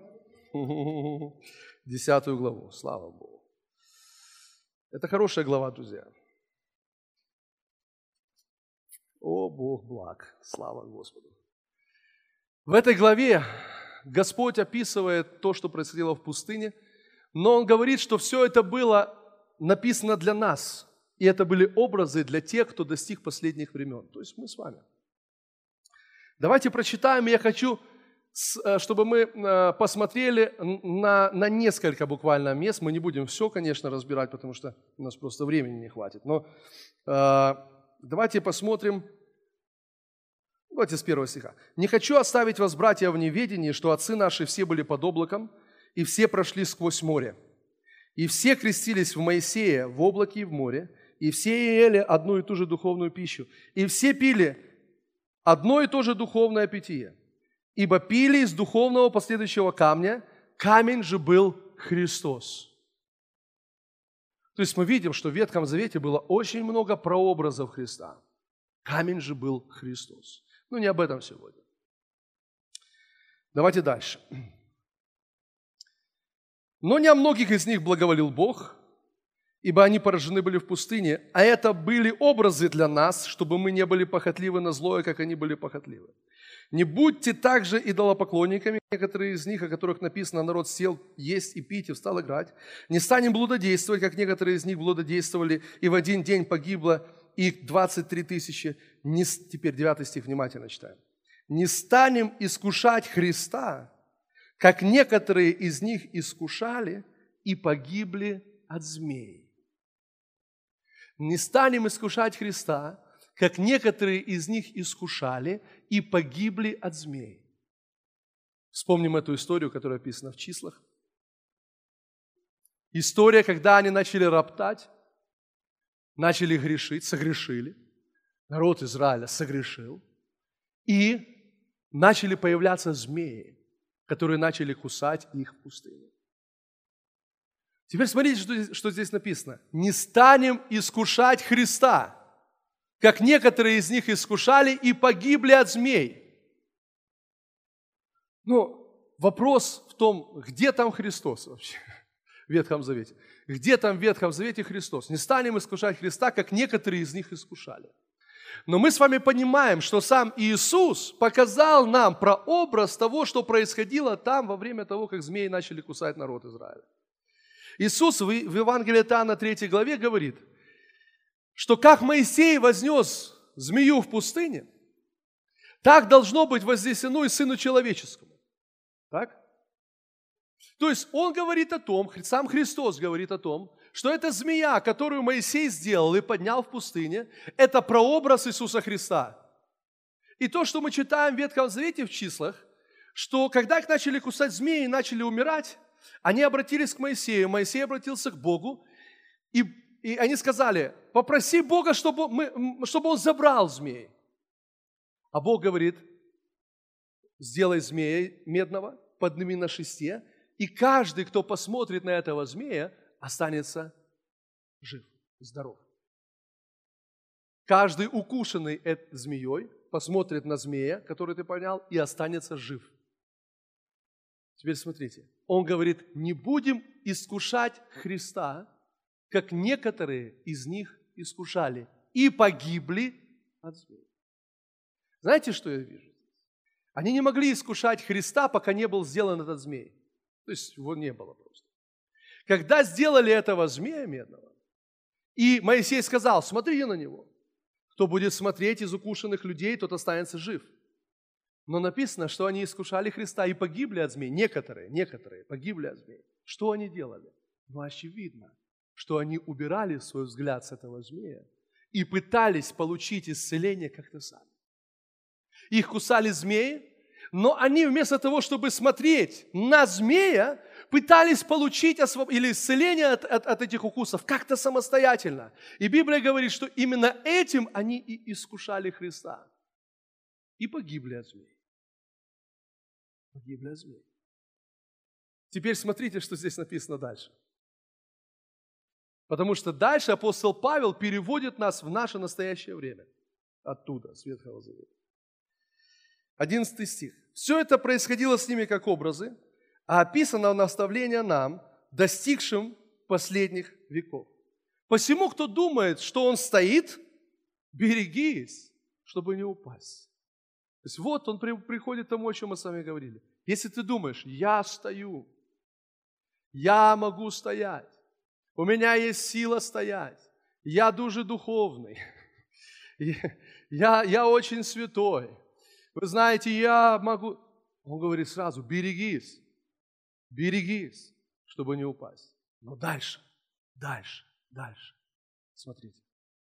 10 главу. Слава Богу. Это хорошая глава, друзья. О, Бог благ. Слава Господу. В этой главе Господь описывает то, что происходило в пустыне, но Он говорит, что все это было написано для нас. И это были образы для тех, кто достиг последних времен. То есть мы с вами. Давайте прочитаем, я хочу, чтобы мы посмотрели на несколько буквально мест. Мы не будем все, конечно, разбирать, потому что у нас просто времени не хватит. Но давайте посмотрим, давайте с 1 стиха. «Не хочу оставить вас, братья, в неведении, что отцы наши все были под облаком, и все прошли сквозь море. И все крестились в Моисея в облаке и в море, и все ели одну и ту же духовную пищу, и все пили одно и то же духовное питье, ибо пили из духовного последующего камня, камень же был Христос». То есть мы видим, что в Ветхом Завете было очень много прообразов Христа. Камень же был Христос. Но не об этом сегодня. Давайте дальше. «Но не о многих из них благоволил Бог, ибо они поражены были в пустыне, а это были образы для нас, чтобы мы не были похотливы на злое, как они были похотливы. Не будьте также идолопоклонниками, некоторые из них, о которых написано, народ сел есть и пить и встал играть. Не станем блудодействовать, как некоторые из них блудодействовали, и в один день погибло их 23 тысячи». Теперь 9 стих, внимательно читаем. «Не станем искушать Христа, как некоторые из них искушали и погибли от змей». Не станем искушать Христа, как некоторые из них искушали и погибли от змей. Вспомним эту историю, которая описана в числах. История, когда они начали роптать, начали грешить, согрешили. Народ Израиля согрешил. И начали появляться змеи, которые начали кусать их в пустыне. Теперь смотрите, что здесь написано. «Не станем искушать Христа, как некоторые из них искушали и погибли от змей». Ну, вопрос в том, где там Христос вообще в Ветхом Завете? Где там в Ветхом Завете Христос? Не станем искушать Христа, как некоторые из них искушали. Но мы с вами понимаем, что сам Иисус показал нам прообраз того, что происходило там во время того, как змеи начали кусать народ Израиля. Иисус в Евангелии от Иоанна 3 главе говорит, что как Моисей вознес змею в пустыне, так должно быть вознесено и Сыну Человеческому. Так? То есть Он говорит о том, сам Христос говорит о том, что эта змея, которую Моисей сделал и поднял в пустыне, это прообраз Иисуса Христа. И то, что мы читаем в Ветхом Завете в числах, что когда их начали кусать змеи и начали умирать, они обратились к Моисею, Моисей обратился к Богу, и они сказали: попроси Бога, чтобы он забрал змей. А Бог говорит: сделай змея медного, подними на шесте, и каждый, кто посмотрит на этого змея, останется жив, здоров. Каждый укушенный змеей посмотрит на змея, который ты поднял, и останется жив. Теперь смотрите, он говорит: не будем искушать Христа, как некоторые из них искушали и погибли от змей. Знаете, что я вижу? Они не могли искушать Христа, пока не был сделан этот змей. То есть его не было просто. Когда сделали этого змея медного, и Моисей сказал: смотрите на него. Кто будет смотреть из укушенных людей, тот останется жив. Но написано, что они искушали Христа и погибли от змей. Некоторые погибли от змей. Что они делали? Ну, очевидно, что они убирали свой взгляд с этого змея и пытались получить исцеление как-то сами. Их кусали змеи, но они вместо того, чтобы смотреть на змея, пытались получить или исцеление от этих укусов как-то самостоятельно. И Библия говорит, что именно этим они и искушали Христа. И погибли от змей. Погибли от змей. Теперь смотрите, что здесь написано дальше. Потому что дальше апостол Павел переводит нас в наше настоящее время. Оттуда, с Ветхого Завета. 11 стих. «Все это происходило с ними как образы, а описано наставление нам, достигшим последних веков. Посему, кто думает, что он стоит, берегись, чтобы не упасть». То есть вот он приходит к тому, о чем мы с вами говорили. Если ты думаешь: я стою, я могу стоять, у меня есть сила стоять, я дуже духовный, я очень святой, вы знаете, я могу... Он говорит сразу: берегись, чтобы не упасть. Но дальше. Смотрите.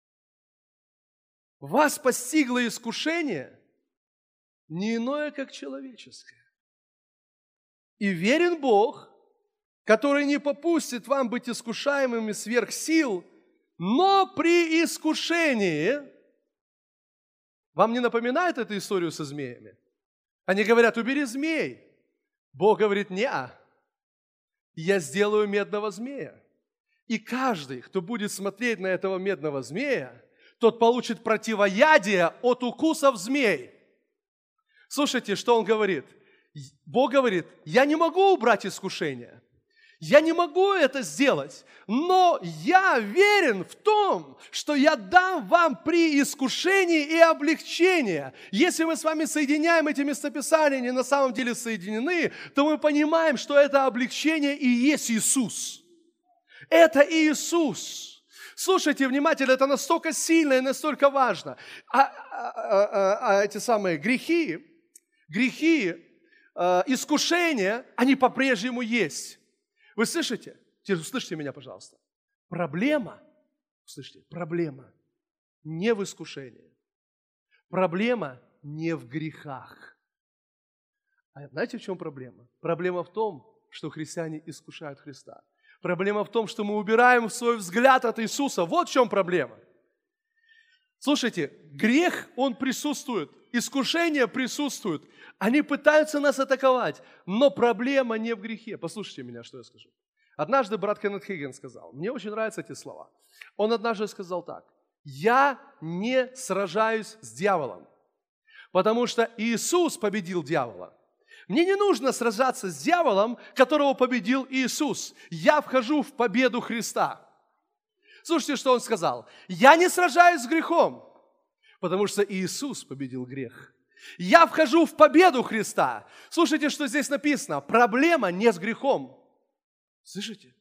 Вас постигло искушение не иное, как человеческое. И верен Бог, который не попустит вам быть искушаемыми сверх сил, но при искушении... Вам не напоминает эту историю со змеями? Они говорят: убери змей. Бог говорит: не-а, я сделаю медного змея. И каждый, кто будет смотреть на этого медного змея, тот получит противоядие от укусов змей. Слушайте, что он говорит? Бог говорит: я не могу убрать искушение. Я не могу это сделать, но я верен в том, что я дам вам при искушении и облегчении. Если мы с вами соединяем эти местописания, они на самом деле соединены, то мы понимаем, что это облегчение и есть Иисус. Это Иисус. Слушайте внимательно, это настолько сильно и настолько важно. Эти самые грехи, искушения, они по-прежнему есть. Вы слышите? Услышьте меня, пожалуйста. Проблема не в искушении. Проблема не в грехах. А знаете, в чем проблема? Проблема в том, что христиане искушают Христа. Проблема в том, что мы убираем свой взгляд от Иисуса. Вот в чем проблема. Слушайте, грех, он присутствует, искушение присутствует. Они пытаются нас атаковать, но проблема не в грехе. Послушайте меня, что я скажу. Однажды брат Кеннет Хейген сказал, мне очень нравятся эти слова. Он однажды сказал так: я не сражаюсь с дьяволом, потому что Иисус победил дьявола. Мне не нужно сражаться с дьяволом, которого победил Иисус. Я вхожу в победу Христа. Слушайте, что он сказал. Я не сражаюсь с грехом, потому что Иисус победил грех. Я вхожу в победу Христа. Слушайте, что здесь написано. Проблема не с грехом. Слышите?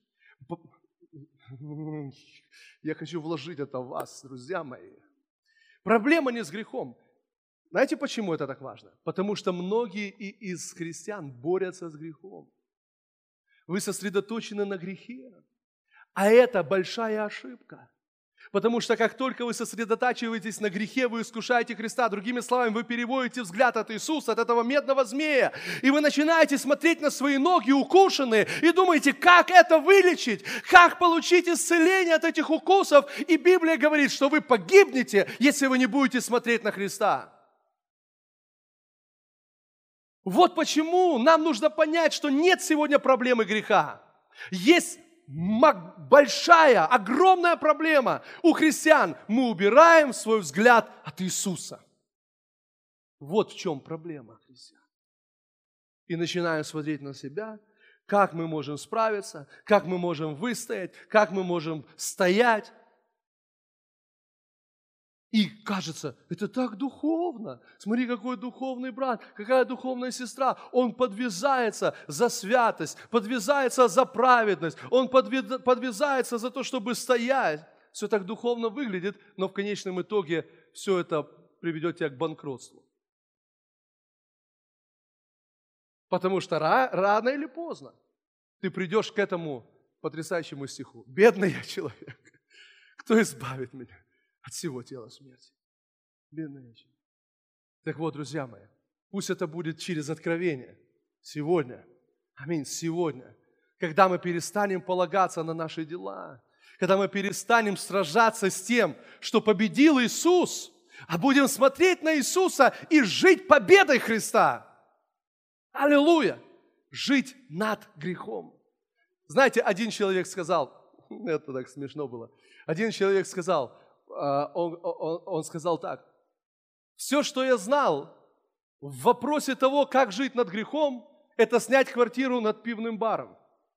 Я хочу вложить это в вас, друзья мои. Проблема не с грехом. Знаете, почему это так важно? Потому что многие из христиан борются с грехом. Вы сосредоточены на грехе. А это большая ошибка. Потому что как только вы сосредотачиваетесь на грехе, вы искушаете Христа. Другими словами, вы переводите взгляд от Иисуса, от этого медного змея. И вы начинаете смотреть на свои ноги укушенные и думаете, как это вылечить, как получить исцеление от этих укусов. И Библия говорит, что вы погибнете, если вы не будете смотреть на Христа. Вот почему нам нужно понять, что нет сегодня проблемы греха. Есть большая, огромная проблема у христиан. Мы убираем свой взгляд от Иисуса. Вот в чем проблема христиан. И начинаем смотреть на себя, как мы можем справиться, как мы можем выстоять, как мы можем стоять. И кажется, это так духовно. Смотри, какой духовный брат, какая духовная сестра. Он подвязается за святость, подвязается за праведность, он подвязается за то, чтобы стоять. Все так духовно выглядит, но в конечном итоге все это приведет тебя к банкротству. Потому что рано или поздно ты придешь к этому потрясающему стиху. «Бедный я человек, кто избавит меня от всего тела смерти?» Бедный я человек. Так вот, друзья мои, пусть это будет через откровение. Сегодня, аминь, сегодня, когда мы перестанем полагаться на наши дела, когда мы перестанем сражаться с тем, что победил Иисус, а будем смотреть на Иисуса и жить победой Христа. Аллилуйя! Жить над грехом. Знаете, один человек сказал, это так смешно было, один человек сказал, он сказал так: все, что я знал в вопросе того, как жить над грехом, это снять квартиру над пивным баром.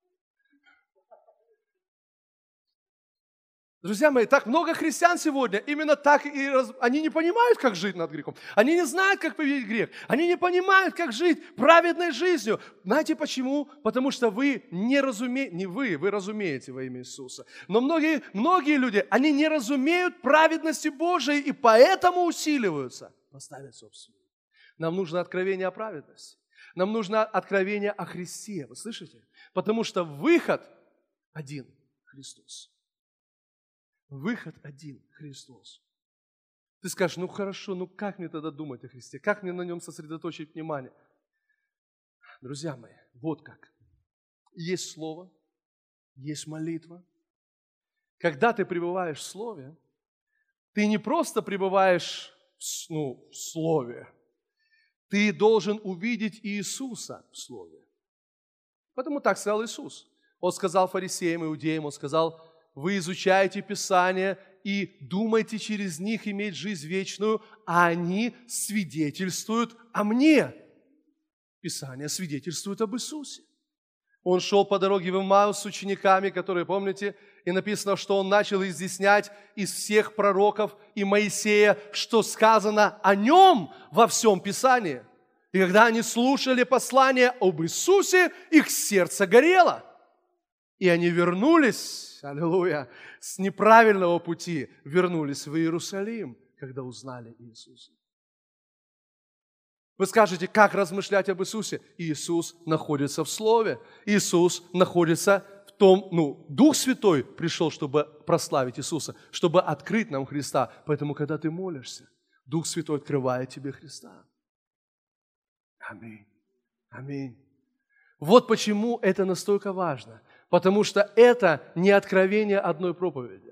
Друзья мои, так много христиан сегодня, именно так они не понимают, как жить над грехом. Они не знают, как победить грех. Они не понимают, как жить праведной жизнью. Знаете почему? Потому что вы не разумеете, не вы разумеете во имя Иисуса. Но многие люди, они не разумеют праведности Божией и поэтому усиливаются. Поставить собственную. Нам нужно откровение о праведности. Нам нужно откровение о Христе. Вы слышите? Потому что выход один – Христос. Выход один – Христос. Ты скажешь, ну хорошо, ну как мне тогда думать о Христе? Как мне на нем сосредоточить внимание? Друзья мои, вот как. Есть Слово, есть молитва. Когда ты пребываешь в Слове, ты не просто пребываешь в Слове, ты должен увидеть Иисуса в Слове. Потому так сказал Иисус. Он сказал фарисеям, иудеям, Он сказал: вы изучаете Писание и думаете через них иметь жизнь вечную, а они свидетельствуют о мне. Писание свидетельствует об Иисусе. Он шел по дороге в Иммаус с учениками, которые, помните, и написано, что он начал изъяснять из всех пророков и Моисея, что сказано о нем во всем Писании. И когда они слушали послание об Иисусе, их сердце горело. И они вернулись, аллилуйя, с неправильного пути, вернулись в Иерусалим, когда узнали Иисуса. Вы скажете, как размышлять об Иисусе? Иисус находится в Слове. Иисус находится в том, Дух Святой пришел, чтобы прославить Иисуса, чтобы открыть нам Христа. Поэтому, когда ты молишься, Дух Святой открывает тебе Христа. Аминь. Аминь. Вот почему это настолько важно. Потому что это не откровение одной проповеди.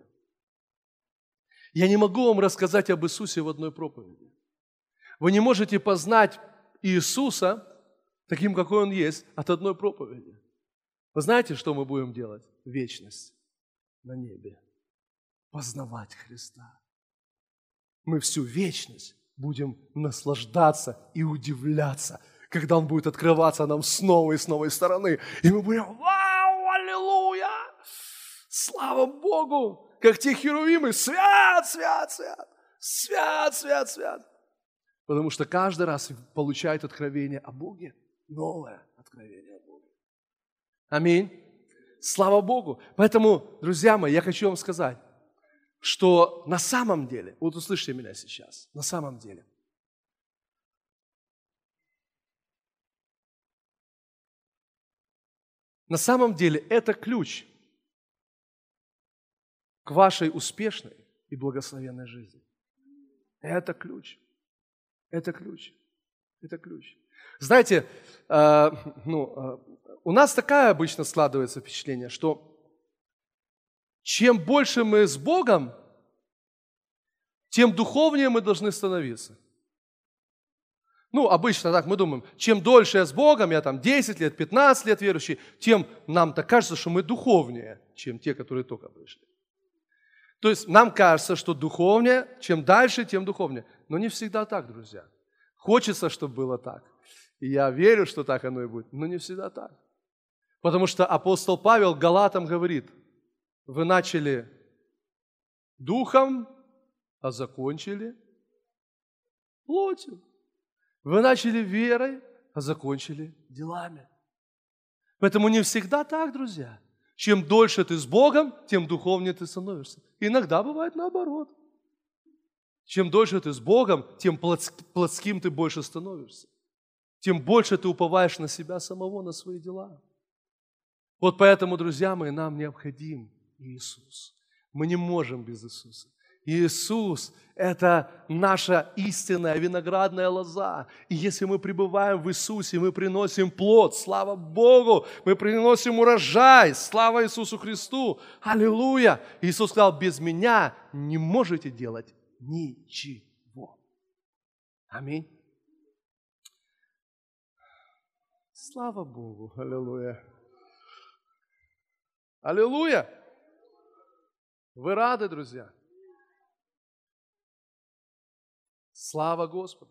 Я не могу вам рассказать об Иисусе в одной проповеди. Вы не можете познать Иисуса таким, какой Он есть, от одной проповеди. Вы знаете, что мы будем делать? Вечность на небе. Познавать Христа. Мы всю вечность будем наслаждаться и удивляться, когда Он будет открываться нам с новой и с новой стороны. И мы будем: вау, аллилуйя! Слава Богу! Как те херувимы: свят, свят, свят! Свят, свят, свят! Потому что каждый раз получает откровение о Боге, новое откровение о Боге. Аминь. Слава Богу. Поэтому, друзья мои, я хочу вам сказать, что на самом деле, вот услышьте меня сейчас, на самом деле, это ключ к вашей успешной и благословенной жизни. Это ключ. Это ключ. Это ключ. Знаете, у нас такая обычно складывается впечатление, что чем больше мы с Богом, тем духовнее мы должны становиться. Обычно так мы думаем, чем дольше я с Богом, я там 10 лет, 15 лет верующий, тем нам так кажется, что мы духовнее, чем те, которые только пришли. То есть нам кажется, что духовнее, чем дальше, тем духовнее. Но не всегда так, друзья. Хочется, чтобы было так. И я верю, что так оно и будет, но не всегда так. Потому что апостол Павел Галатам говорит, вы начали духом, а закончили плотью. Вы начали верой, а закончили делами. Поэтому не всегда так, друзья. Чем дольше ты с Богом, тем духовнее ты становишься. Иногда бывает наоборот. Чем дольше ты с Богом, тем плотским ты больше становишься. Тем больше ты уповаешь на себя самого, на свои дела. Вот поэтому, друзья мои, нам необходим Иисус. Мы не можем без Иисуса. Иисус – это наша истинная виноградная лоза. И если мы пребываем в Иисусе, мы приносим плод, слава Богу, мы приносим урожай, слава Иисусу Христу, аллилуйя. Иисус сказал, без Меня не можете делать ничего. Аминь. Слава Богу, аллилуйя. Аллилуйя. Вы рады, друзья? Слава Господу!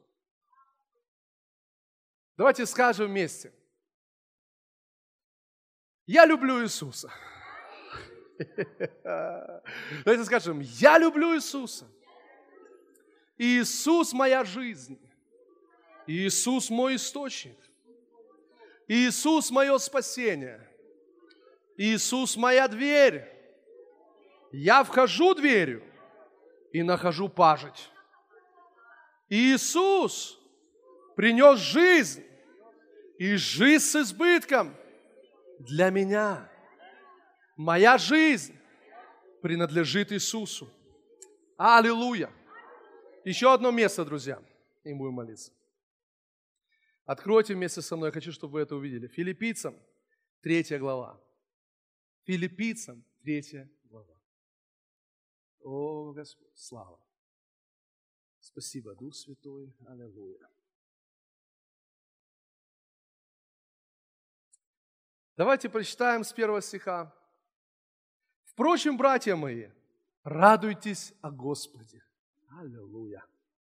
Давайте скажем вместе. Я люблю Иисуса. Давайте скажем, я люблю Иисуса. Иисус моя жизнь. Иисус мой источник. Иисус мое спасение. Иисус моя дверь. Я вхожу дверью и нахожу пажить. Иисус принес жизнь, и жизнь с избытком для меня. Моя жизнь принадлежит Иисусу. Аллилуйя! Еще одно место, друзья, и будем молиться. Откройте вместе со мной, я хочу, чтобы вы это увидели. Филиппийцам, 3 глава. Филиппийцам, 3 глава. О, Господь, слава! Спасибо, Дух Святой. Аллилуйя. Давайте прочитаем с 1 стиха. Впрочем, братья мои, радуйтесь о Господе. Аллилуйя.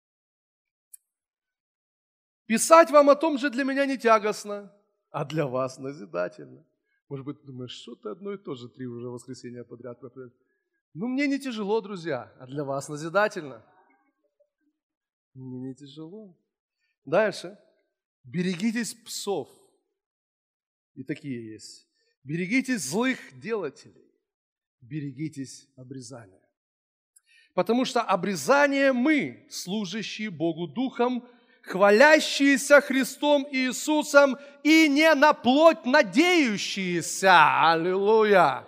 Писать вам о том же для меня не тягостно, а для вас назидательно. Может быть, думаешь, что-то одно и то же 3 уже воскресенья подряд проповедует. Мне не тяжело, друзья, а для вас назидательно. Мне не тяжело. Дальше. Берегитесь псов. И такие есть. Берегитесь злых делателей. Берегитесь обрезания. Потому что обрезание мы, служащие Богу Духом, хвалящиеся Христом Иисусом и не на плоть надеющиеся. Аллилуйя!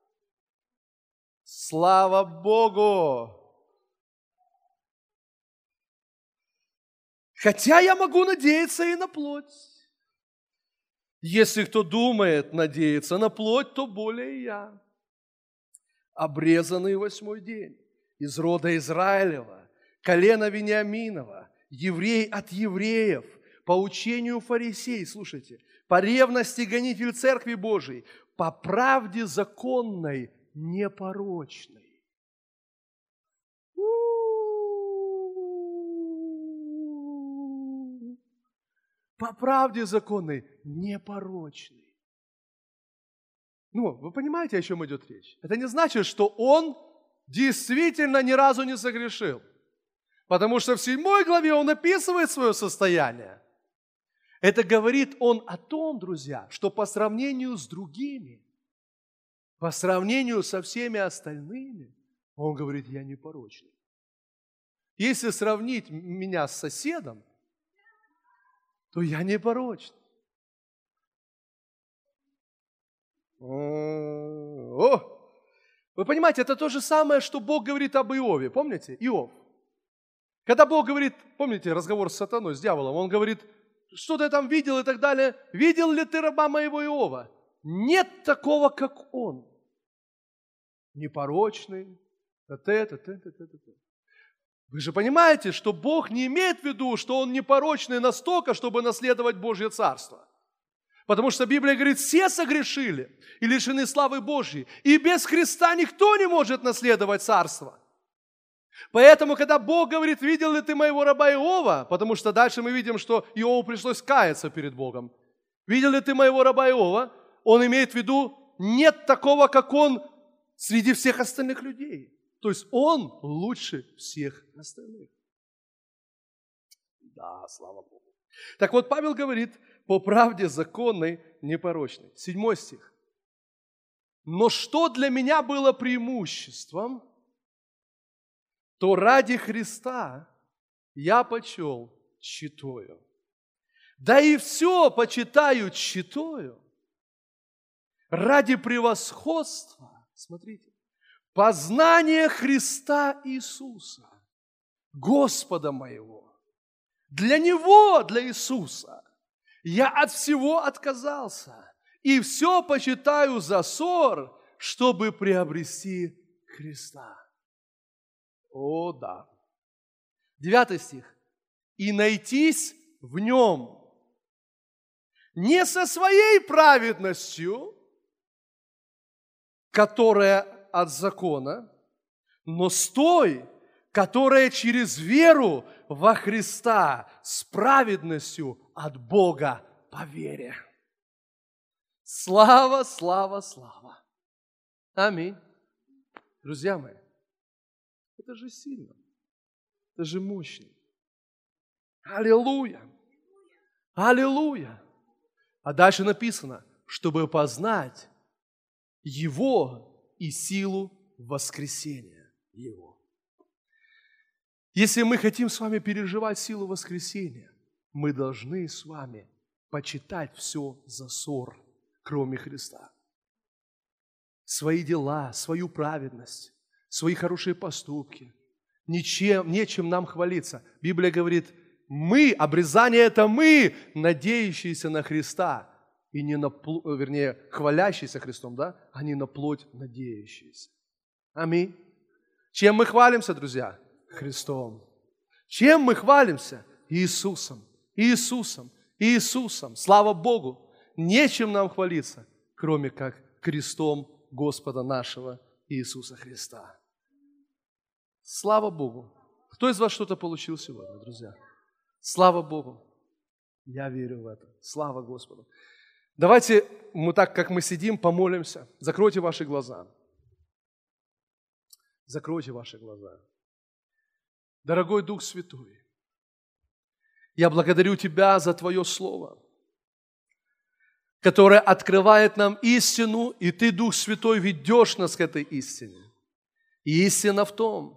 Слава Богу! Хотя я могу надеяться и на плоть. Если кто думает надеяться на плоть, то более я. Обрезанный 8-й день, из рода Израилева, колена Вениаминова, еврей от евреев, по учению фарисей, слушайте, по ревности гонитель Церкви Божией, по правде законной, непорочной. По правде законной, непорочный. Вы понимаете, о чем идет речь? Это не значит, что он действительно ни разу не согрешил. Потому что в 7 главе он описывает свое состояние. Это говорит он о том, друзья, что по сравнению с другими, по сравнению со всеми остальными, он говорит, я непорочный. Если сравнить меня с соседом, то я непорочный. Вы понимаете, это то же самое, что Бог говорит об Иове. Помните? Иов. Когда Бог говорит, помните разговор с сатаной, с дьяволом, он говорит, что ты там видел и так далее. Видел ли ты раба моего Иова? Нет такого, как он. Непорочный. Вы же понимаете, что Бог не имеет в виду, что он непорочный настолько, чтобы наследовать Божье Царство. Потому что Библия говорит, все согрешили и лишены славы Божьей. И без Христа никто не может наследовать Царство. Поэтому, когда Бог говорит, видел ли ты моего раба Иова, потому что дальше мы видим, что Иову пришлось каяться перед Богом. Видел ли ты моего раба Иова? Он имеет в виду, нет такого, как он среди всех остальных людей. То есть он лучше всех остальных. Да, слава Богу. Так вот, Павел говорит, по правде законной, непорочной. 7 стих. Но что для меня было преимуществом, то ради Христа я почел тщетою. Да и все почитаю тщетою ради превосходства, смотрите, познания Христа Иисуса, Господа моего. Для Него, для Иисуса, я от всего отказался и все почитаю за ссор, чтобы приобрести Христа. О, да. 9 стих. И найтись в Нем не со своей праведностью, которая от закона, но с той, которая через веру во Христа, с праведностью от Бога по вере. Слава, слава, слава. Аминь. Друзья мои, это же сильно, это же мощно. Аллилуйя. Аллилуйя. А дальше написано, чтобы познать Его и силу воскресения Его. Если мы хотим с вами переживать силу воскресения, мы должны с вами почитать все за ссор, кроме Христа. Свои дела, свою праведность, свои хорошие поступки. Нечем нам хвалиться. Библия говорит, мы, обрезание это мы, надеющиеся на Христа, и не на, вернее, хвалящиеся Христом, да, а не на плоть надеющиеся. Аминь. Чем мы хвалимся, друзья? Христом. Чем мы хвалимся? Иисусом. Иисусом. Иисусом. Слава Богу. Нечем нам хвалиться, кроме как крестом Господа нашего Иисуса Христа. Слава Богу. Кто из вас что-то получил сегодня, друзья? Слава Богу. Я верю в это. Слава Господу. Давайте мы так, как мы сидим, помолимся. Закройте ваши глаза. Закройте ваши глаза. Дорогой Дух Святой, я благодарю Тебя за Твое Слово, которое открывает нам истину, и Ты, Дух Святой, ведешь нас к этой истине. И истина в том,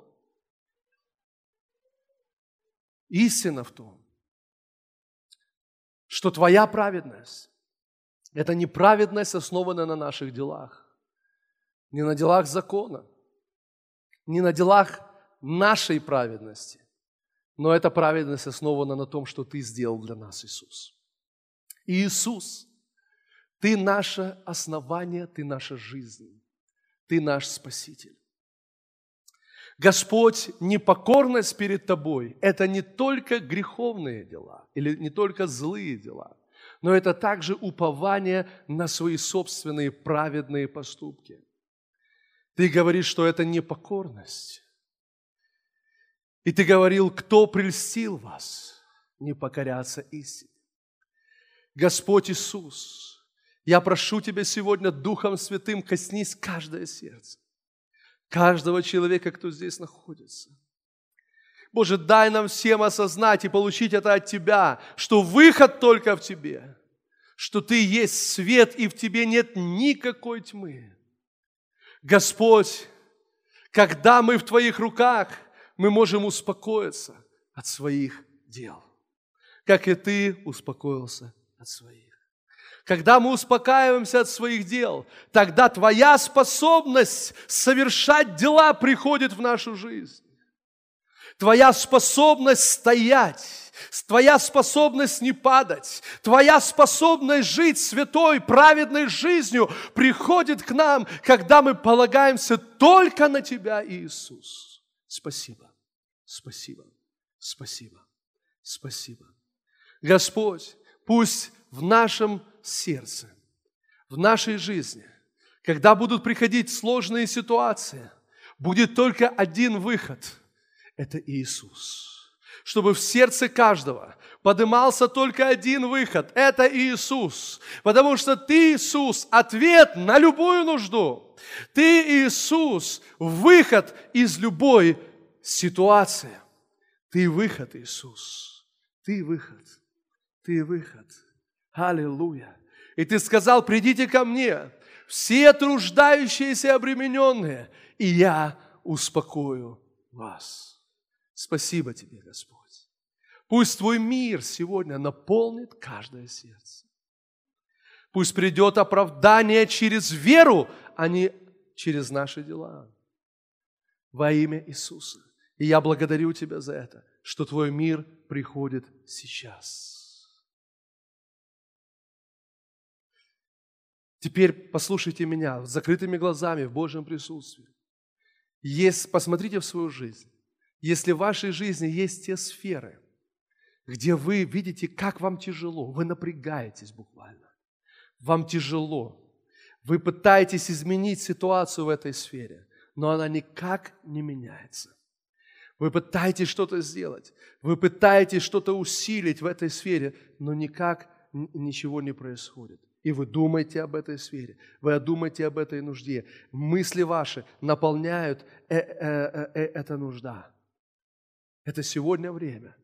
что Твоя праведность – это не праведность, основанная на наших делах, не на делах закона, не на делах нашей праведности, но эта праведность основана на том, что Ты сделал для нас, Иисус. И Иисус, Ты наше основание, Ты наша жизнь, Ты наш Спаситель. Господь, непокорность перед Тобой – это не только греховные дела или не только злые дела, но это также упование на свои собственные праведные поступки. Ты говоришь, что это непокорность. И Ты говорил, кто прельстил вас не покоряться истине. Господь Иисус, я прошу Тебя сегодня Духом Святым коснись каждое сердце, каждого человека, кто здесь находится. Боже, дай нам всем осознать и получить это от Тебя, что выход только в Тебе, что Ты есть свет, и в Тебе нет никакой тьмы. Господь, когда мы в Твоих руках, мы можем успокоиться от своих дел, как и Ты успокоился от своих. когда мы успокаиваемся от своих дел, тогда Твоя способность совершать дела приходит в нашу жизнь. Твоя способность стоять, Твоя способность не падать, Твоя способность жить святой, праведной жизнью приходит к нам, когда мы полагаемся только на Тебя, Иисус. Спасибо, спасибо, спасибо, спасибо. Господь, пусть в нашем сердце, в нашей жизни, когда будут приходить сложные ситуации, будет только один выход – это Иисус. Чтобы в сердце каждого поднимался только один выход – это Иисус. Потому что Ты, Иисус, ответ на любую нужду. Ты, Иисус, выход из любой ситуации. Ты выход, Иисус. Ты выход. Ты выход. Аллилуйя. И Ты сказал: придите ко мне, все труждающиеся и обремененные, и я успокою вас. Спасибо Тебе, Господь. Пусть Твой мир сегодня наполнит каждое сердце. Пусть придет оправдание через веру, а не через наши дела. Во имя Иисуса. И я благодарю Тебя за это, что Твой мир приходит сейчас. Теперь послушайте меня с закрытыми глазами в Божьем присутствии. Посмотрите в свою жизнь. Если в вашей жизни есть те сферы, где вы видите, как вам тяжело, вы напрягаетесь буквально, вам тяжело, вы пытаетесь изменить ситуацию в этой сфере, но она никак не меняется. Вы пытаетесь что-то сделать, вы пытаетесь что-то усилить в этой сфере, но никак ничего не происходит. И вы думаете об этой сфере, вы думаете об этой нужде. Мысли ваши наполняют эта нужда. Это сегодня время.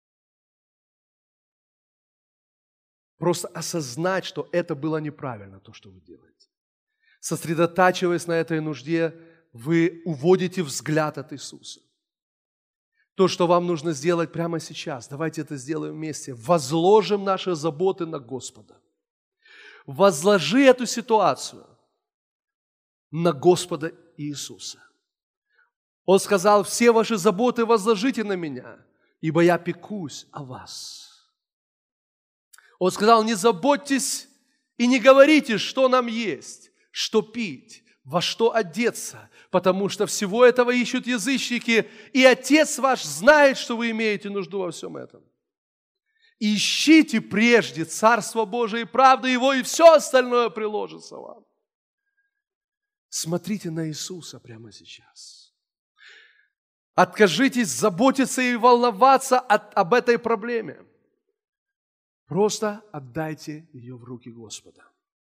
Просто осознать, что это было неправильно, то, что вы делаете. Сосредотачиваясь на этой нужде, вы уводите взгляд от Иисуса. То, что вам нужно сделать прямо сейчас, давайте это сделаем вместе. Возложим наши заботы на Господа. Возложи эту ситуацию на Господа Иисуса. Он сказал: все ваши заботы возложите на меня, ибо я пекусь о вас. Он сказал: не заботьтесь и не говорите, что нам есть, что пить, во что одеться, потому что всего этого ищут язычники, и Отец ваш знает, что вы имеете нужду во всем этом. Ищите прежде Царство Божие и правду Его, и все остальное приложится вам. Смотрите на Иисуса прямо сейчас. Откажитесь заботиться и волноваться об этой проблеме. Просто отдайте ее в руки Господа.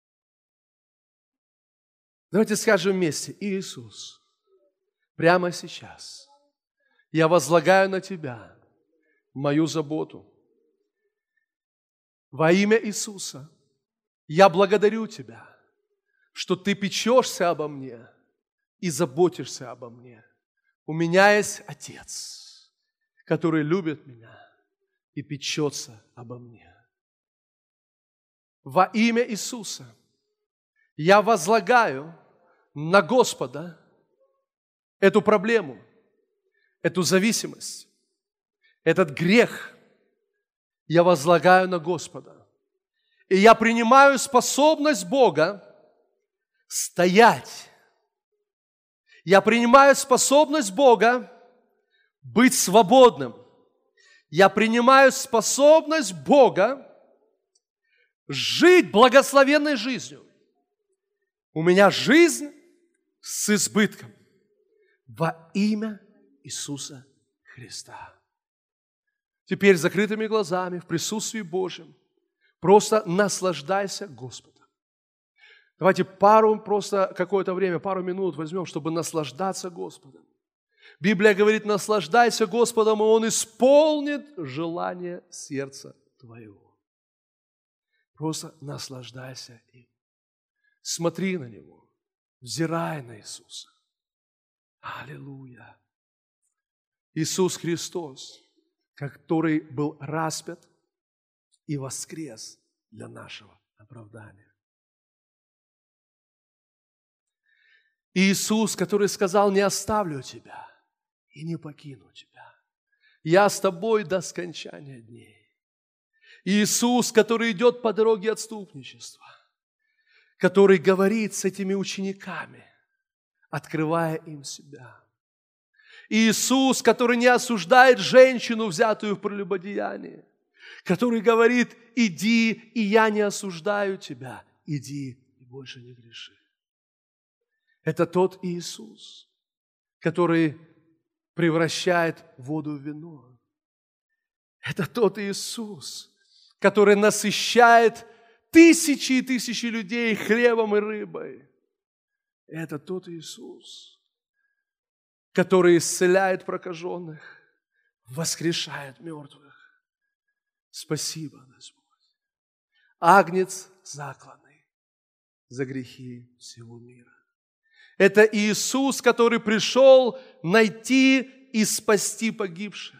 Давайте скажем вместе: Иисус, прямо сейчас я возлагаю на Тебя мою заботу. Во имя Иисуса я благодарю Тебя, что Ты печешься обо мне и заботишься обо мне. У меня есть Отец, который любит меня и печется обо мне. Во имя Иисуса я возлагаю на Господа эту проблему, эту зависимость, этот грех. Я возлагаю на Господа. И я принимаю способность Бога стоять. Я принимаю способность Бога быть свободным. Я принимаю способность Бога жить благословенной жизнью. У меня жизнь с избытком. Во имя Иисуса Христа. Теперь с закрытыми глазами, в присутствии Божьем, просто наслаждайся Господом. Давайте какое-то время, пару минут возьмем, чтобы наслаждаться Господом. Библия говорит: наслаждайся Господом, и Он исполнит желание сердца твоего. Просто наслаждайся им. Смотри на Него, взирай на Иисуса. Аллилуйя. Иисус Христос, который был распят и воскрес для нашего оправдание. Иисус, который сказал: не оставлю тебя и не покину тебя. Я с тобой до скончания дней. Иисус, который идет по дороге отступничества, который говорит с этими учениками, открывая им себя. Иисус, который не осуждает женщину, взятую в прелюбодеянии, который говорит: иди, и я не осуждаю тебя, иди и больше не греши. Это тот Иисус, который превращает воду в вино. Это тот Иисус, который насыщает тысячи и тысячи людей хлебом и рыбой. Это тот Иисус, который исцеляет прокаженных, воскрешает мертвых. Спасибо, Господь. Агнец закланный за грехи всего мира. Это Иисус, который пришел найти и спасти погибших.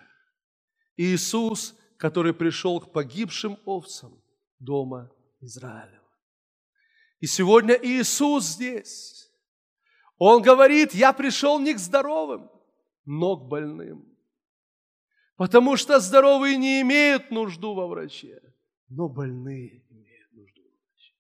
Иисус, который пришел к погибшим овцам дома Израилева. И сегодня Иисус здесь. Он говорит: я пришел не к здоровым, но к больным. Потому что здоровые не имеют нужду во враче, но больные имеют нужду во враче.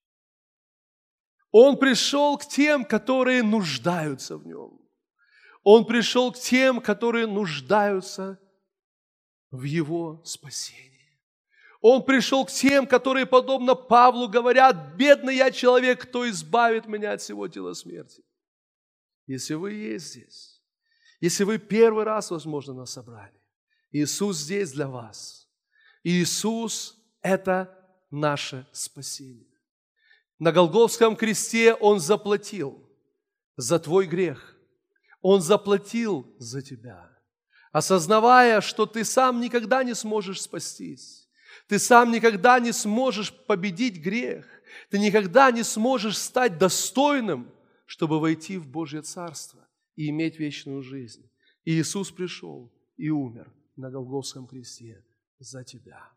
Он пришел к тем, которые нуждаются в нем. Он пришел к тем, которые нуждаются в его спасении. Он пришел к тем, которые, подобно Павлу, говорят: бедный я человек, кто избавит меня от всего тела смерти. Если вы есть здесь, если вы первый раз, возможно, на собрании, Иисус здесь для вас. Иисус – это наше спасение. На Голгофском кресте Он заплатил за твой грех. Он заплатил за тебя. Осознавая, что ты сам никогда не сможешь спастись. Ты сам никогда не сможешь победить грех. Ты никогда не сможешь стать достойным, чтобы войти в Божье Царство и иметь вечную жизнь. И Иисус пришел и умер на Голгофском кресте за тебя.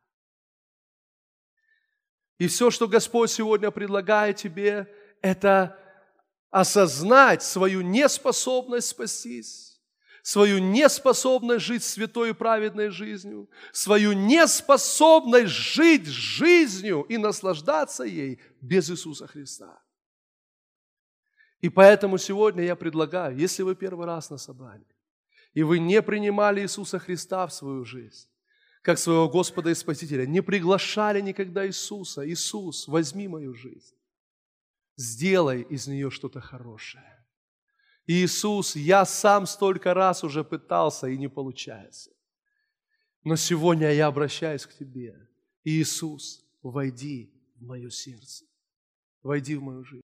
И все, что Господь сегодня предлагает тебе, это осознать свою неспособность спастись, свою неспособность жить святой и праведной жизнью, свою неспособность жить жизнью и наслаждаться ей без Иисуса Христа. И поэтому сегодня я предлагаю, если вы первый раз на собрании, и вы не принимали Иисуса Христа в свою жизнь, как своего Господа и Спасителя, не приглашали никогда Иисуса: Иисус, возьми мою жизнь, сделай из нее что-то хорошее. Иисус, я сам столько раз уже пытался, и не получается. Но сегодня я обращаюсь к Тебе. Иисус, войди в мое сердце, войди в мою жизнь.